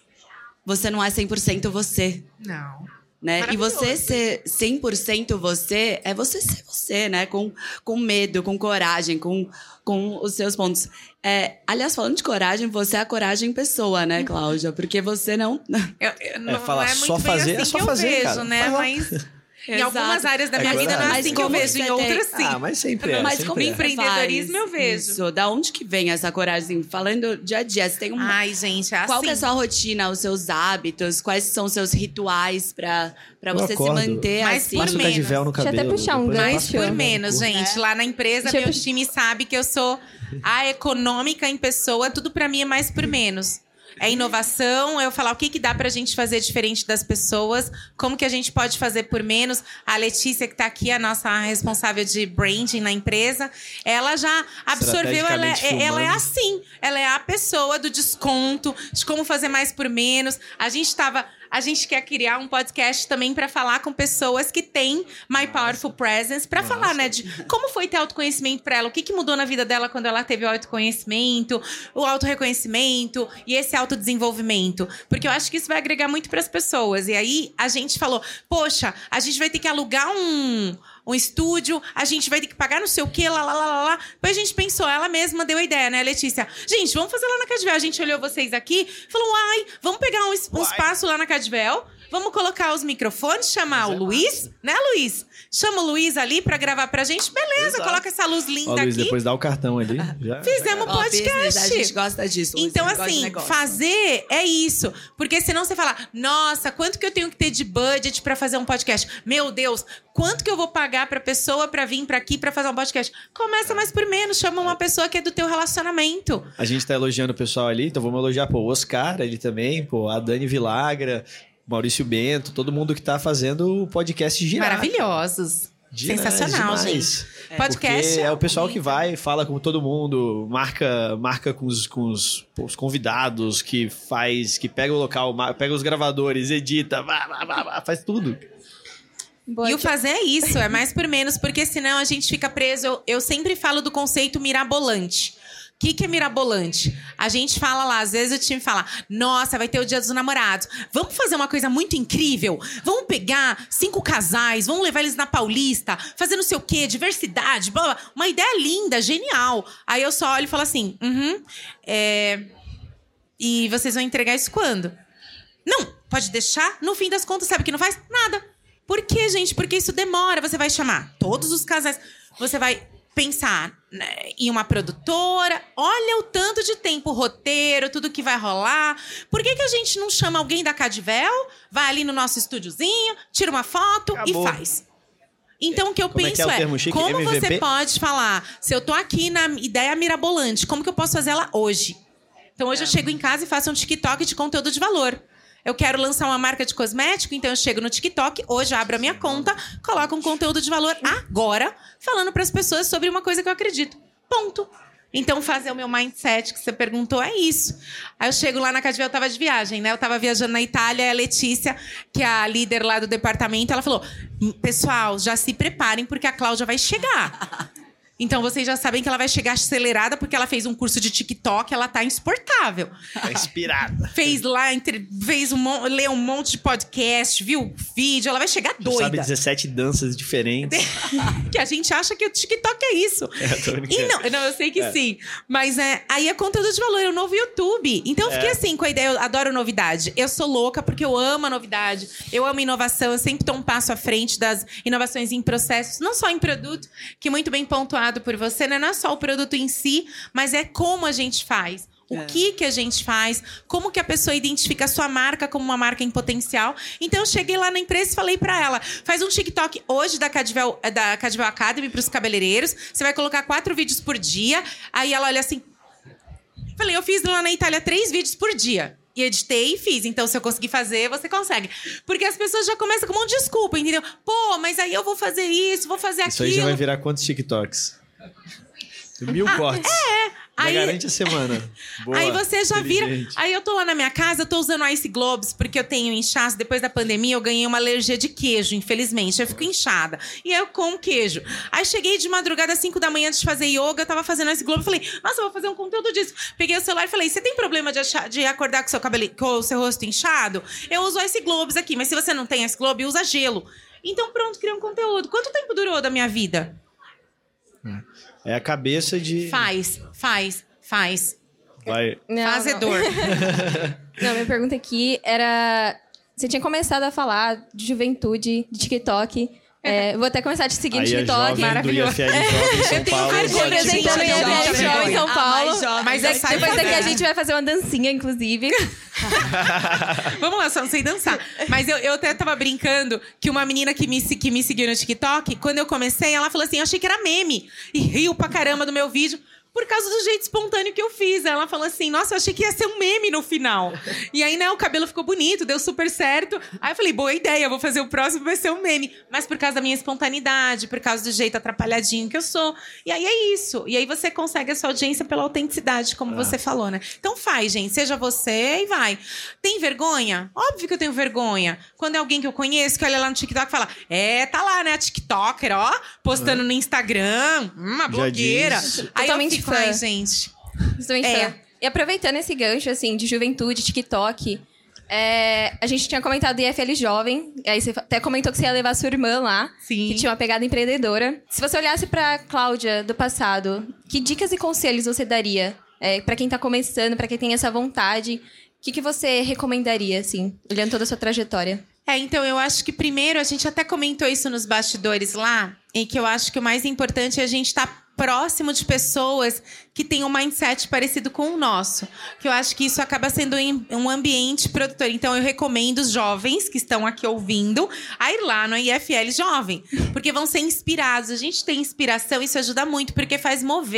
você não é cem por cento você. Não. Né? E você ser cem por cento você é você ser você, né? Com, com medo, com coragem, com, com os seus pontos. É, aliás, falando de coragem, você é a coragem em pessoa, né, Cláudia? Porque você não... Eu, eu, não É, falar é muito só bem fazer, assim é só que eu fazer, vejo, cara. né? Faz lá. Mas... Em Exato. algumas áreas da É minha vida não é coragem. assim que eu Mas vejo, em como você outras sim. Ah, mas sempre é. Mas sempre como é. empreendedorismo faz eu vejo. Isso, da onde que vem essa coragem? Falando dia a dia, você tem um... Ai, gente, é assim. Qual que é a sua rotina, os seus hábitos? Quais são os seus rituais pra, pra Eu você acordo. se manter Mas assim? por Passa o pé de menos. véu no Deixa eu cabelo. até puxar um depois gancho. Mais passa o por pé no menos, corpo. gente. Lá na empresa, Deixa eu meu pux- time sabe que eu sou a econômica em pessoa. Tudo pra mim é mais por menos. É inovação, eu falar o que, que dá pra gente fazer diferente das pessoas, como que a gente pode fazer por menos. A Letícia, que tá aqui, a nossa responsável de branding na empresa, ela já absorveu, ela, é- Estrategicamente ela é filmando. assim. Ela é a pessoa do desconto, de como fazer mais por menos. A gente tava... A gente quer criar um podcast também para falar com pessoas que têm My Powerful Presence, para falar, né, de como foi ter autoconhecimento para ela, o que, que mudou na vida dela quando ela teve o autoconhecimento, o autorreconhecimento e esse autodesenvolvimento. Porque eu acho que isso vai agregar muito para as pessoas. E aí a gente falou, poxa, a gente vai ter que alugar um... um estúdio, a gente vai ter que pagar não sei o quê, lá, lá, lá, lá, lá. Depois a gente pensou, ela mesma deu a ideia, né, Letícia? Gente, vamos fazer lá na Cadvel. A gente olhou vocês aqui, falou, ai, vamos pegar um, es- um espaço lá na Cadvel, vamos colocar os microfones, chamar o Luiz, né, Luiz? Chama o Luiz ali pra gravar pra gente, beleza, Exato. coloca essa luz linda Ó, Luiz, aqui. depois dá o cartão ali. Já, Fizemos um Ó, business, podcast. a gente gosta disso. Luiz, Então, a gente gosta de assim, negócio. fazer é isso. Porque senão você fala, nossa, quanto que eu tenho que ter de budget pra fazer um podcast? Meu Deus, quanto que eu vou pagar pra pessoa pra vir pra aqui pra fazer um podcast? Começa mais por menos, chama uma pessoa que é do teu relacionamento. A gente tá elogiando o pessoal ali, então vamos elogiar, pô, o Oscar ali também, pô, a Dani Vilagra, Maurício Bento, todo mundo que tá fazendo o podcast girar. Maravilhosos. Sensacional, né? gente. É. Podcast. Porque é o pessoal que vai, fala com todo mundo, marca, marca com, os, com os, os convidados, que faz, que pega o local, pega os gravadores, edita, vá, vá, vá, vá, faz tudo. Boa, e o fazer é isso, é mais por menos, porque senão a gente fica preso. Eu, eu sempre falo do conceito mirabolante. O que, que é mirabolante? A gente fala lá, às vezes o time fala, nossa, vai ter o Dia dos Namorados. Vamos fazer uma coisa muito incrível? Vamos pegar cinco casais, vamos levar eles na Paulista, fazer não sei o quê, diversidade, blá, blá. Uma ideia linda, genial. Aí eu só olho e falo assim, uhum, é... e vocês vão entregar isso quando? Não, pode deixar. No fim das contas, sabe o que não faz? Nada. Por quê, gente? Porque isso demora. Você vai chamar todos os casais, você vai... pensar em uma produtora, olha o tanto de tempo, o roteiro, tudo que vai rolar. Por que, que a gente não chama alguém da Cadvel, vai ali no nosso estúdiozinho, tira uma foto Acabou. E faz? Então, o que eu como penso é, que é, é, como M V P? Você pode falar, se eu tô aqui na ideia mirabolante, como que eu posso fazer ela hoje? Então, hoje é. eu chego em casa e faço um TikTok de conteúdo de valor. Eu quero lançar uma marca de cosmético, então eu chego no TikTok, hoje abro a minha conta, coloco um conteúdo de valor agora, falando para as pessoas sobre uma coisa que eu acredito. Ponto. Então, fazer o meu mindset que você perguntou é isso. Aí eu chego lá na Cadvel, eu tava de viagem, né? Eu tava viajando na Itália, e a Letícia, que é a líder lá do departamento, ela falou, pessoal, já se preparem porque a Cláudia vai chegar. Então, vocês já sabem que ela vai chegar acelerada porque ela fez um curso de TikTok, ela tá insuportável. Tá inspirada. Fez lá, entre, fez um, leu um monte de podcast, viu vídeo, ela vai chegar já doida. Sabe dezessete danças diferentes. Que a gente acha que o TikTok é isso. É, tô e não, não, eu sei que é. sim. Mas é, aí é conteúdo de valor, é o novo YouTube. Então, eu fiquei é. assim com a ideia, eu adoro novidade. Eu sou louca porque eu amo a novidade. Eu amo inovação, eu sempre tô um passo à frente das inovações em processos, não só em produto, que muito bem pontuado por você, né? Não é só o produto em si, mas é como a gente faz. O é. que que a gente faz, como que a pessoa identifica a sua marca como uma marca em potencial. Então, eu cheguei lá na empresa e falei pra ela, faz um TikTok hoje da Cadvel, da Cadvel Academy pros cabeleireiros, você vai colocar quatro vídeos por dia. Aí ela olha assim... Falei, eu fiz lá na Itália três vídeos por dia. E editei e fiz. Então, se eu conseguir fazer, você consegue. Porque as pessoas já começam com um monte de desculpa, entendeu? Pô, mas aí eu vou fazer isso, vou fazer isso aquilo. Isso aí já vai virar quantos TikToks? Mil ah, cortes. É. Já aí, garante a semana. Boa, aí você já vira... Aí eu tô lá na minha casa, eu tô usando Ice Globes, porque eu tenho inchaço. Depois da pandemia, eu ganhei uma alergia de queijo, infelizmente. Eu fico inchada. E aí eu como queijo. Aí cheguei de madrugada, às cinco da manhã, antes de fazer yoga. Eu tava fazendo Ice Globe. Falei, nossa, eu vou fazer um conteúdo disso. Peguei o celular e falei, você tem problema de, achar, de acordar com o seu cabelo, com o seu rosto inchado? Eu uso Ice Globes aqui. Mas se você não tem Ice Globe, usa gelo. Então pronto, criei um conteúdo. Quanto tempo durou da minha vida? É a cabeça de... Faz, faz, faz. Vai. Não, Fazedor. Não. não, minha pergunta aqui era... Você tinha começado a falar de juventude, de TikTok. É, vou até começar a te seguir no TikTok. Maravilhoso. Do I F L Jovem São Eu tenho Paulo. vergonha Representando o I F L Jovem São Paulo. Mas é, depois daqui a gente vai fazer uma dancinha, inclusive. Vamos lá, só não sei dançar. Mas eu, eu até tava brincando que uma menina que me, que me seguiu no TikTok, quando eu comecei, ela falou assim, eu achei que era meme. E riu pra caramba do meu vídeo. Por causa do jeito espontâneo que eu fiz. Ela falou assim, nossa, eu achei que ia ser um meme no final. E aí, né, o cabelo ficou bonito, deu super certo. Aí eu falei, boa ideia, vou fazer o próximo, vai ser um meme. Mas por causa da minha espontaneidade, por causa do jeito atrapalhadinho que eu sou. E aí é isso. E aí você consegue a sua audiência pela autenticidade, como ah. você falou, né? Então faz, gente. Seja você e vai. Tem vergonha? Óbvio que eu tenho vergonha. Quando é alguém que eu conheço, que olha lá no TikTok e fala, é, tá lá, né, a TikToker, ó, postando ah. no Instagram, uma blogueira. Aí Totalmente eu fico, ai, gente. Totalmente é. fã. E aproveitando esse gancho, assim, de juventude, TikTok, é, a gente tinha comentado do I F L Jovem, aí você até comentou que você ia levar sua irmã lá, Sim. que tinha uma pegada empreendedora. Se você olhasse pra Cláudia do passado, que dicas e conselhos você daria é, pra quem tá começando, pra quem tem essa vontade? O que, que você recomendaria, assim, olhando toda a sua trajetória? É, então, eu acho que primeiro, a gente até comentou isso nos bastidores lá, em que eu acho que o mais importante é a gente estar tá próximo de pessoas que têm um mindset parecido com o nosso. Que eu acho que isso acaba sendo um ambiente produtor. Então, eu recomendo os jovens que estão aqui ouvindo a ir lá no I F L Jovem, porque vão ser inspirados. A gente tem inspiração, isso ajuda muito, porque faz mover.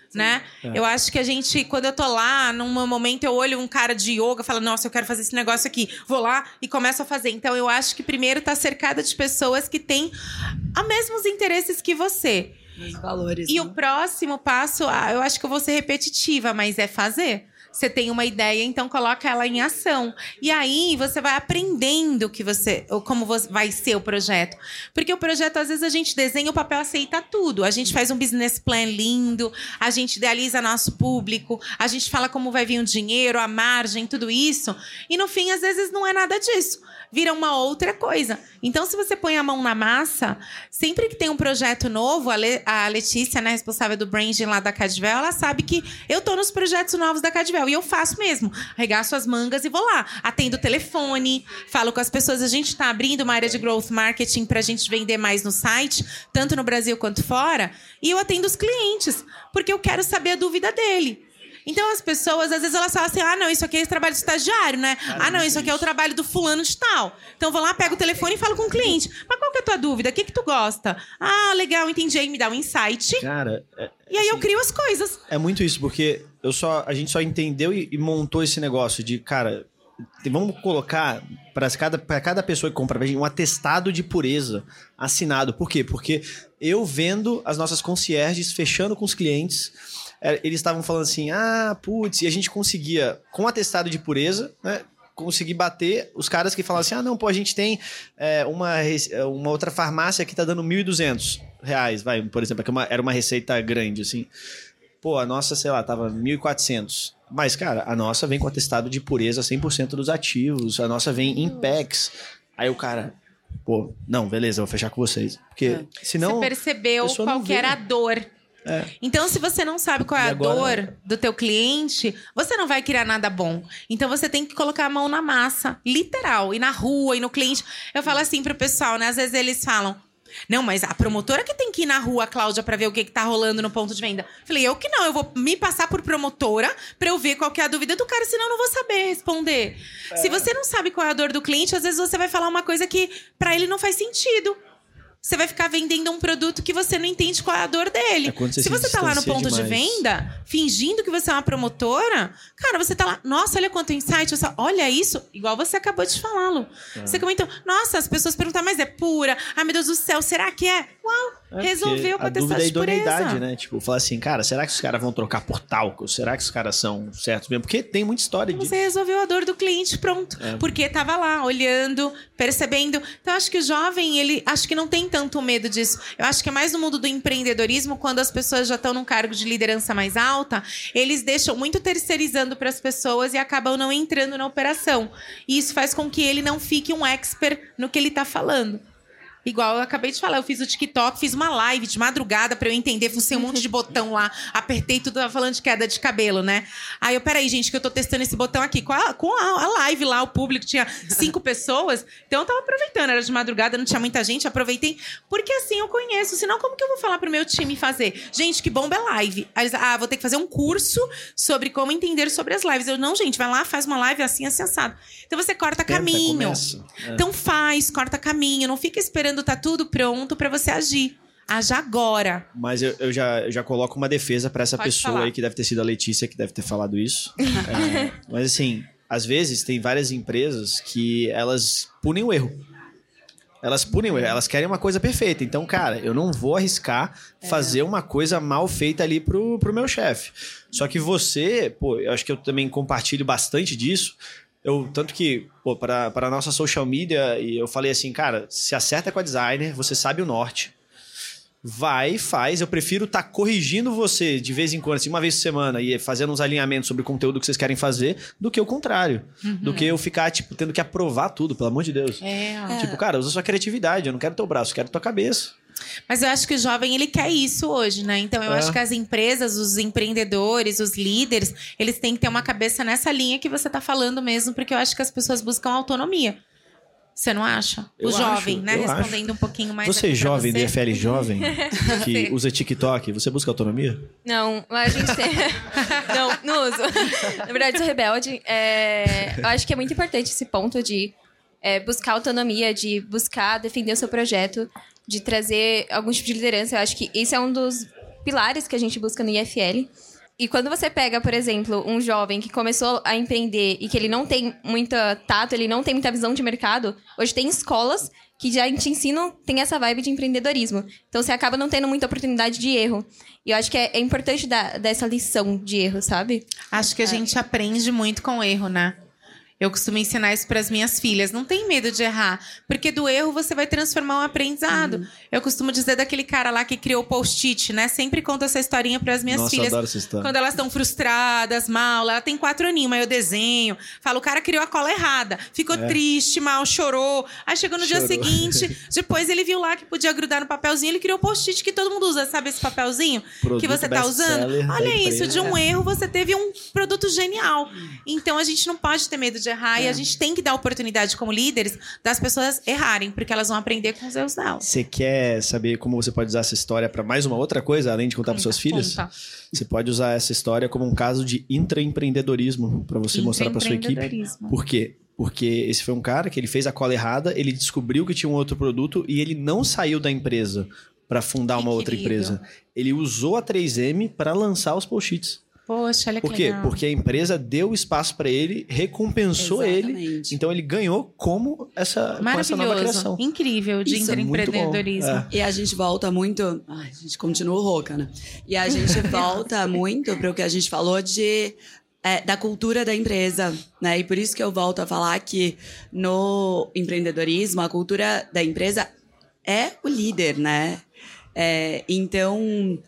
né? É. Eu acho que a gente, quando eu tô lá, num momento eu olho um cara de yoga, falo, nossa, eu quero fazer esse negócio aqui. Vou lá e começo a fazer. Então, eu acho que primeiro tá cercada de pessoas que têm os mesmos interesses que você. Os valores. E né? o próximo passo, ah, eu acho que eu vou ser repetitiva, mas é fazer. Você tem uma ideia, então coloca ela em ação. E aí você vai aprendendo que você, como vai ser o projeto. Porque o projeto, às vezes, a gente desenha, o papel aceita tudo. A gente faz um business plan lindo, a gente idealiza nosso público, a gente fala como vai vir o dinheiro, a margem, tudo isso. E no fim, às vezes, não é nada disso. Vira uma outra coisa. Então, se você põe a mão na massa, sempre que tem um projeto novo, a, Le- a Letícia, né, responsável do branding lá da Cadvel, ela sabe que eu tô nos projetos novos da Cadvel. E eu faço mesmo. Arregaço as mangas e vou lá. Atendo o telefone, falo com as pessoas. A gente tá abrindo uma área de growth marketing pra gente vender mais no site, tanto no Brasil quanto fora. E eu atendo os clientes, porque eu quero saber a dúvida dele. Então, as pessoas, às vezes, elas falam assim, ah, não, isso aqui é trabalho de estagiário, né? Ah, não, isso aqui é o trabalho do fulano de tal. Então, eu vou lá, pego o telefone e falo com o cliente. Mas qual que é a tua dúvida? O que que tu gosta? Ah, legal, entendi. Aí me dá um insight. Cara... É, e aí assim, eu crio as coisas. É muito isso, porque eu só, a gente só entendeu e, e montou esse negócio de, cara... Vamos colocar para cada, para cada pessoa que compra um atestado de pureza assinado. Por quê? Porque eu vendo as nossas concierges, fechando com os clientes... Eles estavam falando assim, ah, putz, e a gente conseguia, com atestado de pureza, né, conseguir bater os caras que falavam assim, ah, não, pô, a gente tem é, uma, uma outra farmácia que tá dando mil e duzentos reais, vai, por exemplo, que uma, era uma receita grande, assim. Pô, a nossa, sei lá, tava mil e quatrocentos. Mas, cara, a nossa vem com atestado de pureza cem por cento dos ativos, a nossa vem em packs. Aí o cara... Pô, não, beleza, eu vou fechar com vocês. Porque é. senão... Você percebeu qual que era a dor. É. Então, se você não sabe qual é a agora... dor do teu cliente, você não vai criar nada bom. Então, você tem que colocar a mão na massa, literal, e na rua, e no cliente. Eu falo assim pro pessoal, né? Às vezes eles falam, não, mas a promotora que tem que ir na rua, Cláudia, pra ver o que, que tá rolando no ponto de venda. Falei, eu que não, eu vou me passar por promotora pra eu ver qual que é a dúvida do cara, senão eu não vou saber responder. É. Se você não sabe qual é a dor do cliente, às vezes você vai falar uma coisa que pra ele não faz sentido. Você vai ficar vendendo um produto que você não entende qual é a dor dele. É você se você tá lá no ponto demais. de venda, fingindo que você é uma promotora, cara, você tá lá, nossa, olha quanto insight, você, olha isso, igual você acabou de falar, Lu. É. Você comentou, nossa, as pessoas perguntam, mas é pura? Ai, meu Deus do céu, será que é? Uau, é resolveu pra testar de pureza. A dúvida é a idoneidade, né? Tipo, falar assim, cara, será que os caras vão trocar por talco? Será que os caras são certos mesmo? Porque tem muita história disso. Você resolveu a dor do cliente, pronto. É. Porque tava lá, olhando, percebendo. Então, acho que o jovem, ele, acho que não tem tanto medo disso. Eu acho que é mais no mundo do empreendedorismo, quando as pessoas já estão num cargo de liderança mais alta, eles deixam muito terceirizando para as pessoas e acabam não entrando na operação. E isso faz com que ele não fique um expert no que ele tá falando. Igual eu acabei de falar, eu fiz o TikTok, fiz uma live de madrugada pra eu entender, fucei um monte de botão lá, apertei tudo, tava falando de queda de cabelo, né? Aí eu, peraí, gente, que eu tô testando esse botão aqui. Com a, com a, a live lá, o público tinha cinco pessoas, então eu tava aproveitando, era de madrugada, não tinha muita gente, aproveitei, porque assim eu conheço, senão como que eu vou falar pro meu time fazer? Gente, que bomba é live. Aí eles, ah, vou ter que fazer um curso sobre como entender sobre as lives. Eu, não, gente, vai lá, faz uma live assim, assim, assado. Então você corta Tenta, caminho. É. Então faz, corta caminho, não fica esperando tá tudo pronto pra você agir. Haja agora. Mas eu, eu, já, eu já coloco uma defesa pra essa Pode pessoa falar. aí, que deve ter sido a Letícia, que deve ter falado isso. é, mas assim, às vezes tem várias empresas que elas punem o erro. Elas punem o erro, elas querem uma coisa perfeita. Então, cara, eu não vou arriscar fazer é. uma coisa mal feita ali pro, pro meu chefe. Só que você, pô, eu acho que eu também compartilho bastante disso. Eu, tanto que, pô, para a nossa social media, e eu falei assim, cara, se acerta com a designer, você sabe o norte, vai, faz. Eu prefiro estar tá corrigindo você de vez em quando, assim, uma vez por semana, e fazendo uns alinhamentos sobre o conteúdo que vocês querem fazer, do que o contrário. Uhum. Do que eu ficar, tipo, tendo que aprovar tudo, pelo amor de Deus. É. Tipo, cara, usa sua criatividade, eu não quero teu braço, eu quero tua cabeça. Mas eu acho que o jovem, ele quer isso hoje, né? Então, eu é. acho que as empresas, os empreendedores, os líderes, eles têm que ter uma cabeça nessa linha que você tá falando mesmo, porque eu acho que as pessoas buscam autonomia. Você não acha? Eu o jovem, acho, né? Respondendo acho. um pouquinho mais... Você jovem, você. D F L jovem, que usa TikTok, você busca autonomia? Não, a gente tem... não, não uso. Na verdade, sou rebelde. É... Eu acho que é muito importante esse ponto de é, buscar autonomia, de buscar defender o seu projeto, de trazer algum tipo de liderança. Eu acho que esse é um dos pilares que a gente busca no I F L. E quando você pega, por exemplo, um jovem que começou a empreender e que ele não tem muita tato, ele não tem muita visão de mercado, hoje tem escolas que já te ensinam, tem essa vibe de empreendedorismo. Então, você acaba não tendo muita oportunidade de erro. E eu acho que é, é importante dar, dar essa lição de erro, sabe? Acho que a é. gente aprende muito com o erro, né? Eu costumo ensinar isso para as minhas filhas. Não tem medo de errar, porque do erro você vai transformar um aprendizado. Uhum. Eu costumo dizer daquele cara lá que criou o post-it, né? Sempre conto essa historinha para as minhas Nossa, filhas. Eu adoro essa história. Quando elas estão frustradas, mal. Ela tem quatro aninhos, mas eu desenho. Falo, o cara criou a cola errada. Ficou é. triste, mal, chorou. Aí chegou no chorou. dia seguinte, depois ele viu lá que podia grudar no papelzinho. Ele criou o post-it que todo mundo usa. Sabe esse papelzinho Produto que você tá usando? Olha isso, de um erro você teve um produto genial. Então a gente não pode ter medo de errar é. e a gente tem que dar oportunidade como líderes das pessoas errarem, porque elas vão aprender com os erros delas. Você quer saber como você pode usar essa história para mais uma outra coisa, além de contar para suas filhas? Conta. Você pode usar essa história como um caso de intraempreendedorismo para você mostrar para sua equipe. Por quê? Porque esse foi um cara que ele fez a cola errada, ele descobriu que tinha um outro produto e ele não saiu da empresa para fundar que uma outra querido. empresa. Ele usou a três M para lançar os post-its. Poxa, olha que Por quê? legal. Porque a empresa deu espaço para ele, recompensou Exatamente. ele, então ele ganhou como essa, com essa nova criação. Incrível de Isso é empreendedorismo. É. E a gente volta muito... Ai, a gente continua rouca, né? E a gente volta muito para o que a gente falou de... É, da cultura da empresa, né? E por isso que eu volto a falar que no empreendedorismo, a cultura da empresa é o líder, né? É, então...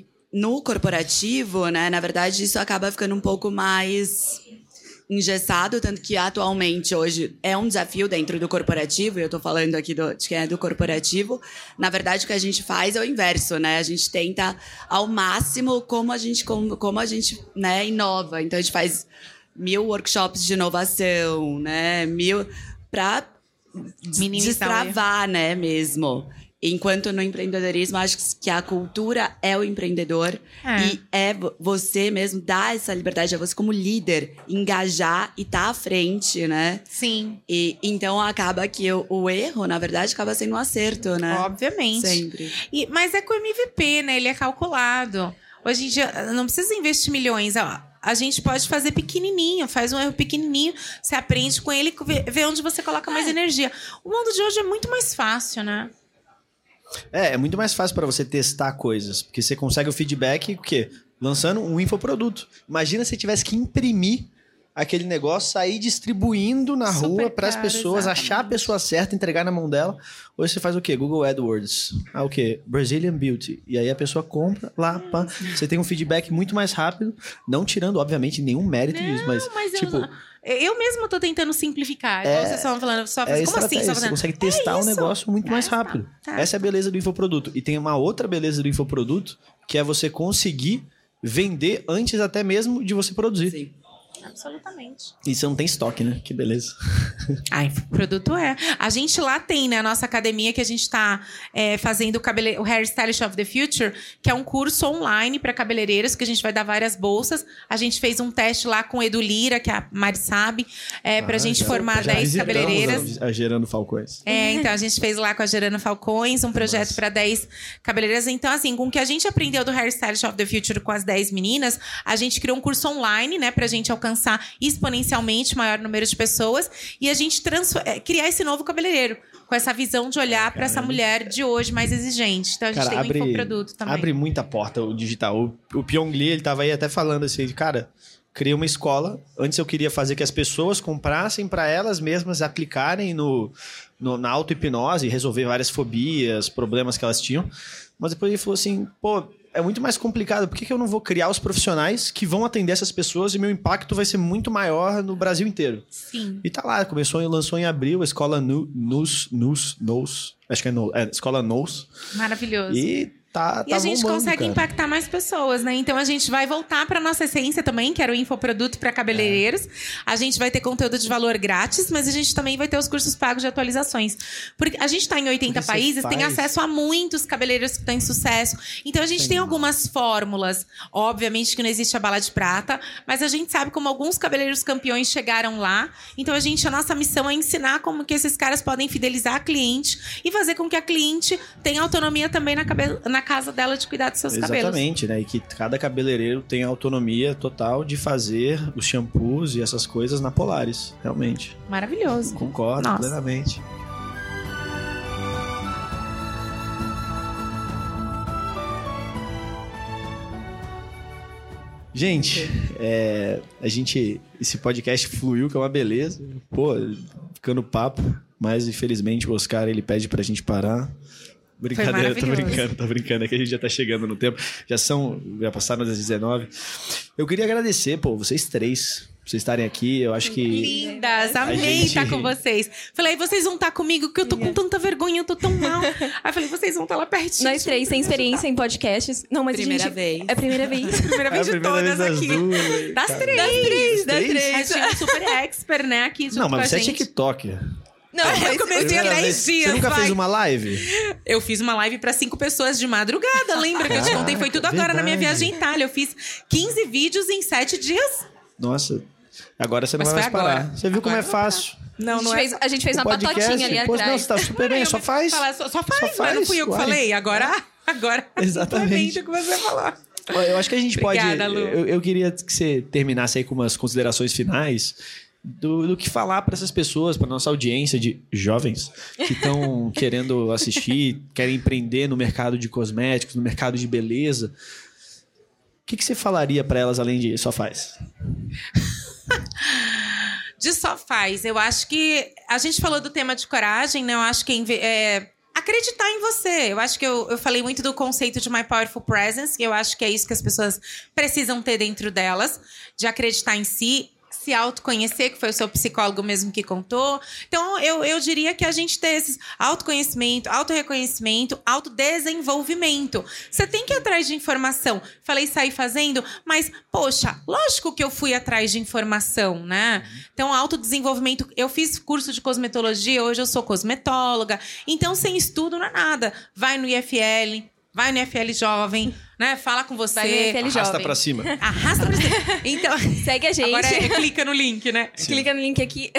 No corporativo, né, na verdade, isso acaba ficando um pouco mais engessado, tanto que atualmente, hoje, é um desafio dentro do corporativo, e eu estou falando aqui do, de quem é do corporativo. Na verdade, o que a gente faz é o inverso, né? A gente tenta, ao máximo, como a gente, como, como a gente né, inova. Então, a gente faz mil workshops de inovação, né? Mil... Para destravar, né, mesmo. Enquanto no empreendedorismo, acho que a cultura é o empreendedor é. e é você mesmo dar essa liberdade a você como líder, engajar e estar tá à frente, né? Sim. E então acaba que o, o erro, na verdade, acaba sendo um acerto, né? Obviamente. Sempre. E, mas é com o M V P, né? Ele é calculado. Hoje em dia, não precisa investir milhões, ó. A gente pode fazer pequenininho, faz um erro pequenininho, você aprende com ele e vê onde você coloca mais é. energia. O mundo de hoje é muito mais fácil, né? É, é muito mais fácil para você testar coisas, porque você consegue o feedback, o quê? Lançando um infoproduto. Imagina se tivesse que imprimir aquele negócio, sair distribuindo na Super rua para as pessoas, exatamente. Achar a pessoa certa, entregar na mão dela. Hoje você faz o quê? Google AdWords. Ah, o quê? Brazilian Beauty. E aí a pessoa compra lá, pá. Você tem um feedback muito mais rápido, não tirando, obviamente, nenhum mérito não, disso, mas, mas tipo... Eu... Eu mesmo tô tentando simplificar. É, vocês estavam falando, só é como assim? Só você consegue testar o é um negócio muito é, mais rápido. Tá. Essa é a beleza do infoproduto. E tem uma outra beleza do infoproduto, que é você conseguir vender antes até mesmo de você produzir. Sim. Absolutamente. E você não tem estoque, né? Que beleza. Ah, infoproduto é. A gente lá tem, né, a nossa academia que a gente tá é, fazendo o, cabele... o Hair Stylist of the Future, que é um curso online para cabeleireiros, que a gente vai dar várias bolsas. A gente fez um teste lá com o Edu Lira, que a Mari sabe, é, pra ah, gente já, formar já dez cabeleireiras. A Gerando Falcões. É, então a gente fez lá com a Gerando Falcões, um projeto para dez cabeleireiras. Então, assim, com o que a gente aprendeu do Hair Stylist of the Future com as dez meninas, a gente criou um curso online, né, pra gente alcançar exponencialmente maior número de pessoas e a gente criar esse novo cabeleireiro com essa visão de olhar para essa mulher de hoje mais exigente. Então a gente cara, tem abre, um infoproduto também. Abre muita porta o digital. O, o Pyong Lee, ele tava aí até falando assim, cara, criei uma escola. Antes eu queria fazer que as pessoas comprassem para elas mesmas aplicarem no, no, na auto-hipnose, resolver várias fobias, problemas que elas tinham. Mas depois ele falou assim, pô, é muito mais complicado. Por que, que eu não vou criar os profissionais que vão atender essas pessoas e meu impacto vai ser muito maior no Brasil inteiro? Sim. E tá lá, começou e lançou em abril a escola Nous, Nous, Nous, acho que é, no, é escola Nous. Maravilhoso. E tá, E tá a gente bombando, consegue cara. impactar mais pessoas, né? Então a gente vai voltar para nossa essência também, que era o infoproduto para cabeleireiros. É. A gente vai ter conteúdo de valor grátis, mas a gente também vai ter os cursos pagos de atualizações. Porque a gente está em oitenta países, tem acesso a muitos cabeleireiros que têm sucesso. Então a gente Sim. tem algumas fórmulas. Obviamente que não existe a bala de prata, mas a gente sabe como alguns cabeleireiros campeões chegaram lá. Então a gente, a nossa missão é ensinar como que esses caras podem fidelizar a cliente e fazer com que a cliente tenha autonomia também na, cabe- na casa dela de cuidar dos seus cabelos. Exatamente, né? E que cada cabeleireiro tem a autonomia total de fazer os shampoos e essas coisas na Polaris, realmente. Maravilhoso. Concordo Nossa. plenamente. Gente, é, a gente, esse podcast fluiu, que é uma beleza. Pô, ficando papo, mas infelizmente o Oscar, ele pede pra gente parar. Brincadeira, tô brincando, tô brincando, é que a gente já tá chegando no tempo. Já são, já passaram das dezenove. Eu queria agradecer, pô, vocês três, por vocês estarem aqui. Eu acho que... Lindas, amei gente... estar com vocês. Falei, vocês vão estar comigo, porque eu tô com tanta vergonha, eu tô tão mal. Aí falei, vocês vão estar lá pertinho. Nós três sem experiência em podcasts. Não, mas Primeira a gente... vez. É a primeira vez. Primeira vez É a de primeira todas vez das aqui. duas. Das Cara. três. Das três, das Três? três. A gente é um super expert, né, aqui junto Não, com a mas você é gente. TikToker. Não, Eu mas... comecei há Primeira dez vez. dias, Você nunca vai. fez uma live? Eu fiz uma live pra cinco pessoas de madrugada, lembra que eu te contei? Foi tudo agora na minha Verdade. viagem à Itália. Eu fiz quinze vídeos em sete dias. Nossa, agora você não Mas vai foi mais parar. agora. Você viu como é Agora fácil? Não, a, gente não é... fez, a gente fez O uma podcast, patotinha ali pô, atrás. Não, você tá super bem, Eu só vou faz. falar, só, só faz, Só mas faz, não fui eu que vai. falei. Agora, agora Exatamente. implementa o que você falou. Olha, eu acho que a gente Obrigada, pode... Lu. Eu, eu queria que você terminasse aí com umas considerações finais do, do que falar para essas pessoas, para nossa audiência de jovens que estão querendo assistir, querem empreender no mercado de cosméticos, no mercado de beleza. O que, que você falaria para elas além de só faz? De só faz. Eu acho que... A gente falou do tema de coragem, né? Eu acho que... É, acreditar em você. Eu acho que eu, eu falei muito do conceito de My Powerful Presence, e eu acho que é isso que as pessoas precisam ter dentro delas, de acreditar em si, se autoconhecer, que foi o seu psicólogo mesmo que contou. Então, eu, eu diria que a gente tem esse autoconhecimento, autorreconhecimento, autodesenvolvimento. Você tem que ir atrás de informação. Falei sair fazendo, mas, poxa, lógico que eu fui atrás de informação, né? Então, autodesenvolvimento. Eu fiz curso de cosmetologia, hoje eu sou cosmetóloga. Então, sem estudo não é nada. Vai no I F L, vai no I F L Jovem, né? Fala com você. Vai no I F L Arrasta Jovem. pra cima. Arrasta pra cima. Então, Segue a gente. agora é, clica no link, né? Clica no link aqui.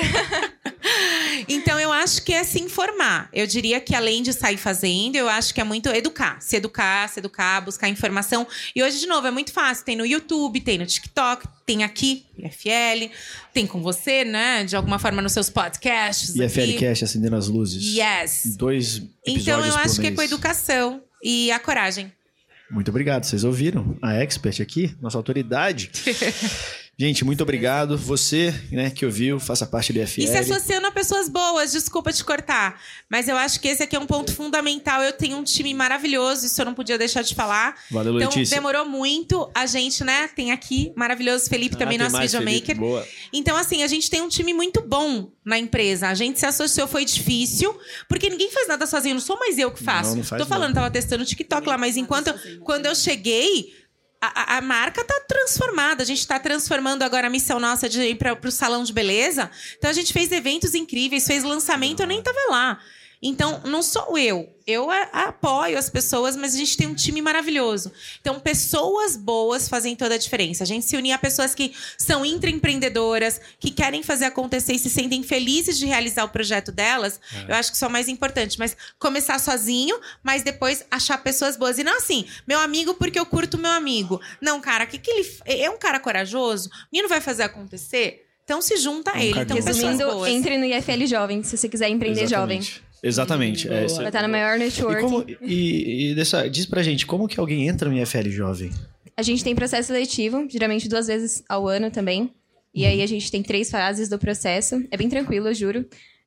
Então, eu acho que é se informar. Eu diria que além de sair fazendo, eu acho que é muito educar. Se educar, se educar, buscar informação. E hoje, de novo, é muito fácil. Tem no YouTube, tem no TikTok, tem aqui, I F L, tem com você, né? De alguma forma nos seus podcasts. I F L aqui. Cast acendendo as luzes. Yes. Dois episódios Então, eu por acho que é mês. com a educação e a coragem. Muito obrigado. Vocês ouviram a expert aqui, nossa autoridade. Gente, muito obrigado. Você, né, que ouviu, faça parte do I F L. E se associando a pessoas boas, desculpa te cortar. Mas eu acho que esse aqui é um ponto fundamental. Eu tenho um time maravilhoso, isso eu não podia deixar de falar. Valeu, Então, Letícia. demorou muito. A gente, né, tem aqui, maravilhoso, Felipe, Ah, também tem nosso mais, videomaker. Felipe. Boa. Então, assim, a gente tem um time muito bom na empresa. A gente se associou, foi difícil, porque ninguém faz nada sozinho. Não sou mais eu que faço. Não, não faz Tô falando, não. tava testando o TikTok lá, mas enquanto quando eu cheguei, a, a- a marca tá transformada. A gente tá transformando agora a missão nossa de ir para o salão de beleza. Então, a gente fez eventos incríveis, fez lançamento, eu nem tava lá. Então, não sou eu. Eu a- apoio as pessoas, mas a gente tem um time maravilhoso. Então, pessoas boas fazem toda a diferença. A gente se unir a pessoas que são intraempreendedoras, que querem fazer acontecer e se sentem felizes de realizar o projeto delas, eu acho que isso é o mais importante. Mas começar sozinho, mas depois achar pessoas boas. E não assim, meu amigo porque eu curto meu amigo. Não, cara, que que ele... é um cara corajoso? O menino vai fazer acontecer? Então, se junta a É um ele. cara Então, de pessoas Resumindo, boas. entre no I F L Jovem, se você quiser empreender jovem. Exatamente. Exatamente. É, isso Vai é- estar no maior E, network. como, e, e dessa, diz pra gente, como que alguém entra no I F L Jovem? A gente tem processo seletivo, geralmente duas vezes ao ano também. E aí a gente tem três fases do processo. É bem tranquilo, eu juro.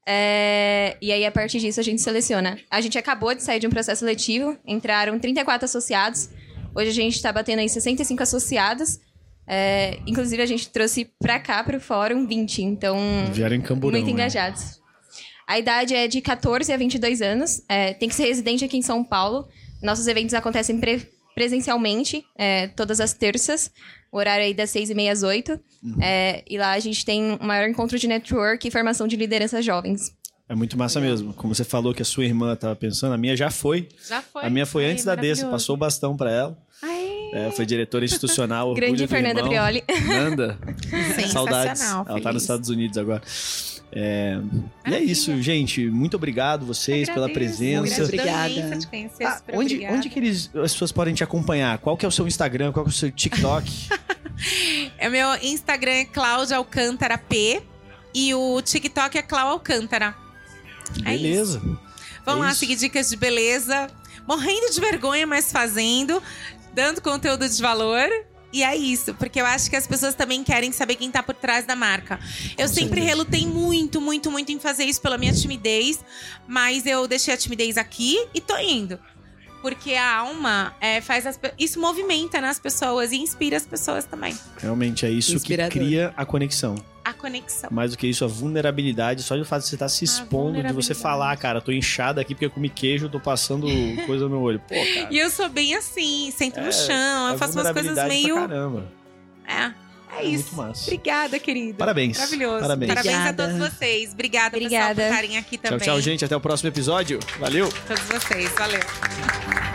É, E aí, a partir disso, a gente seleciona. A gente acabou de sair de um processo seletivo. Entraram trinta e quatro associados. Hoje a gente tá batendo aí sessenta e cinco associados. É, Inclusive, a gente trouxe pra cá, pro fórum, vinte. Então, Vieram em Camburão. muito né? engajados. A idade é de catorze a vinte e dois anos. É, tem que ser residente aqui em São Paulo. Nossos eventos acontecem pre- presencialmente, é, todas as terças. O horário aí das seis e meia às oito. É, e lá a gente tem o maior encontro de network e formação de lideranças jovens. É muito massa mesmo. Como você falou que a sua irmã tava pensando, a minha já foi. Já foi. A minha foi Ai, antes da Dessa, maravilhoso. passou o bastão pra ela. Ai, É, foi diretora institucional, orgulho Grande do Fernanda irmão. Prioli. Nanda, saudades. sensacional. Ela tá feliz. nos Estados Unidos agora. É... E é isso, gente. Muito obrigado vocês pela presença. Muito obrigada. Te conhecer, Ah, super onde, obrigada. onde que eles, as pessoas podem te acompanhar? Qual que é o seu Instagram? Qual que é o seu TikTok? É, meu Instagram é Cláudia Alcântara P e o TikTok é Clau Alcântara. É Beleza. isso. Vamos É lá isso. seguir dicas de beleza, morrendo de vergonha, mas fazendo, dando conteúdo de valor. E é isso, porque eu acho que as pessoas também querem saber quem tá por trás da marca. Eu Com sempre certeza. relutei muito, muito, muito em fazer isso pela minha timidez, mas eu deixei a timidez aqui e tô indo. Porque a alma é, faz as, pe- isso movimenta nas pessoas e inspira as pessoas também. Realmente é isso que Inspirador. cria a conexão. A conexão. Mais do que isso, a vulnerabilidade. Só de fato de você estar se expondo, de você vulnerabilidade. falar, cara, tô inchada aqui porque eu comi queijo, tô passando coisa no meu olho. Pô, cara. E eu sou bem assim, sento É, no chão, eu é faço umas coisas vulnerabilidade meio. pra caramba. É, é É isso. muito massa. Obrigada, querido. Parabéns. Maravilhoso. Parabéns. a Obrigada. todos vocês. Obrigada, Obrigada. pessoal, por estarem aqui Tchau, também. tchau, gente. Até o próximo episódio. Valeu. Todos vocês. Valeu.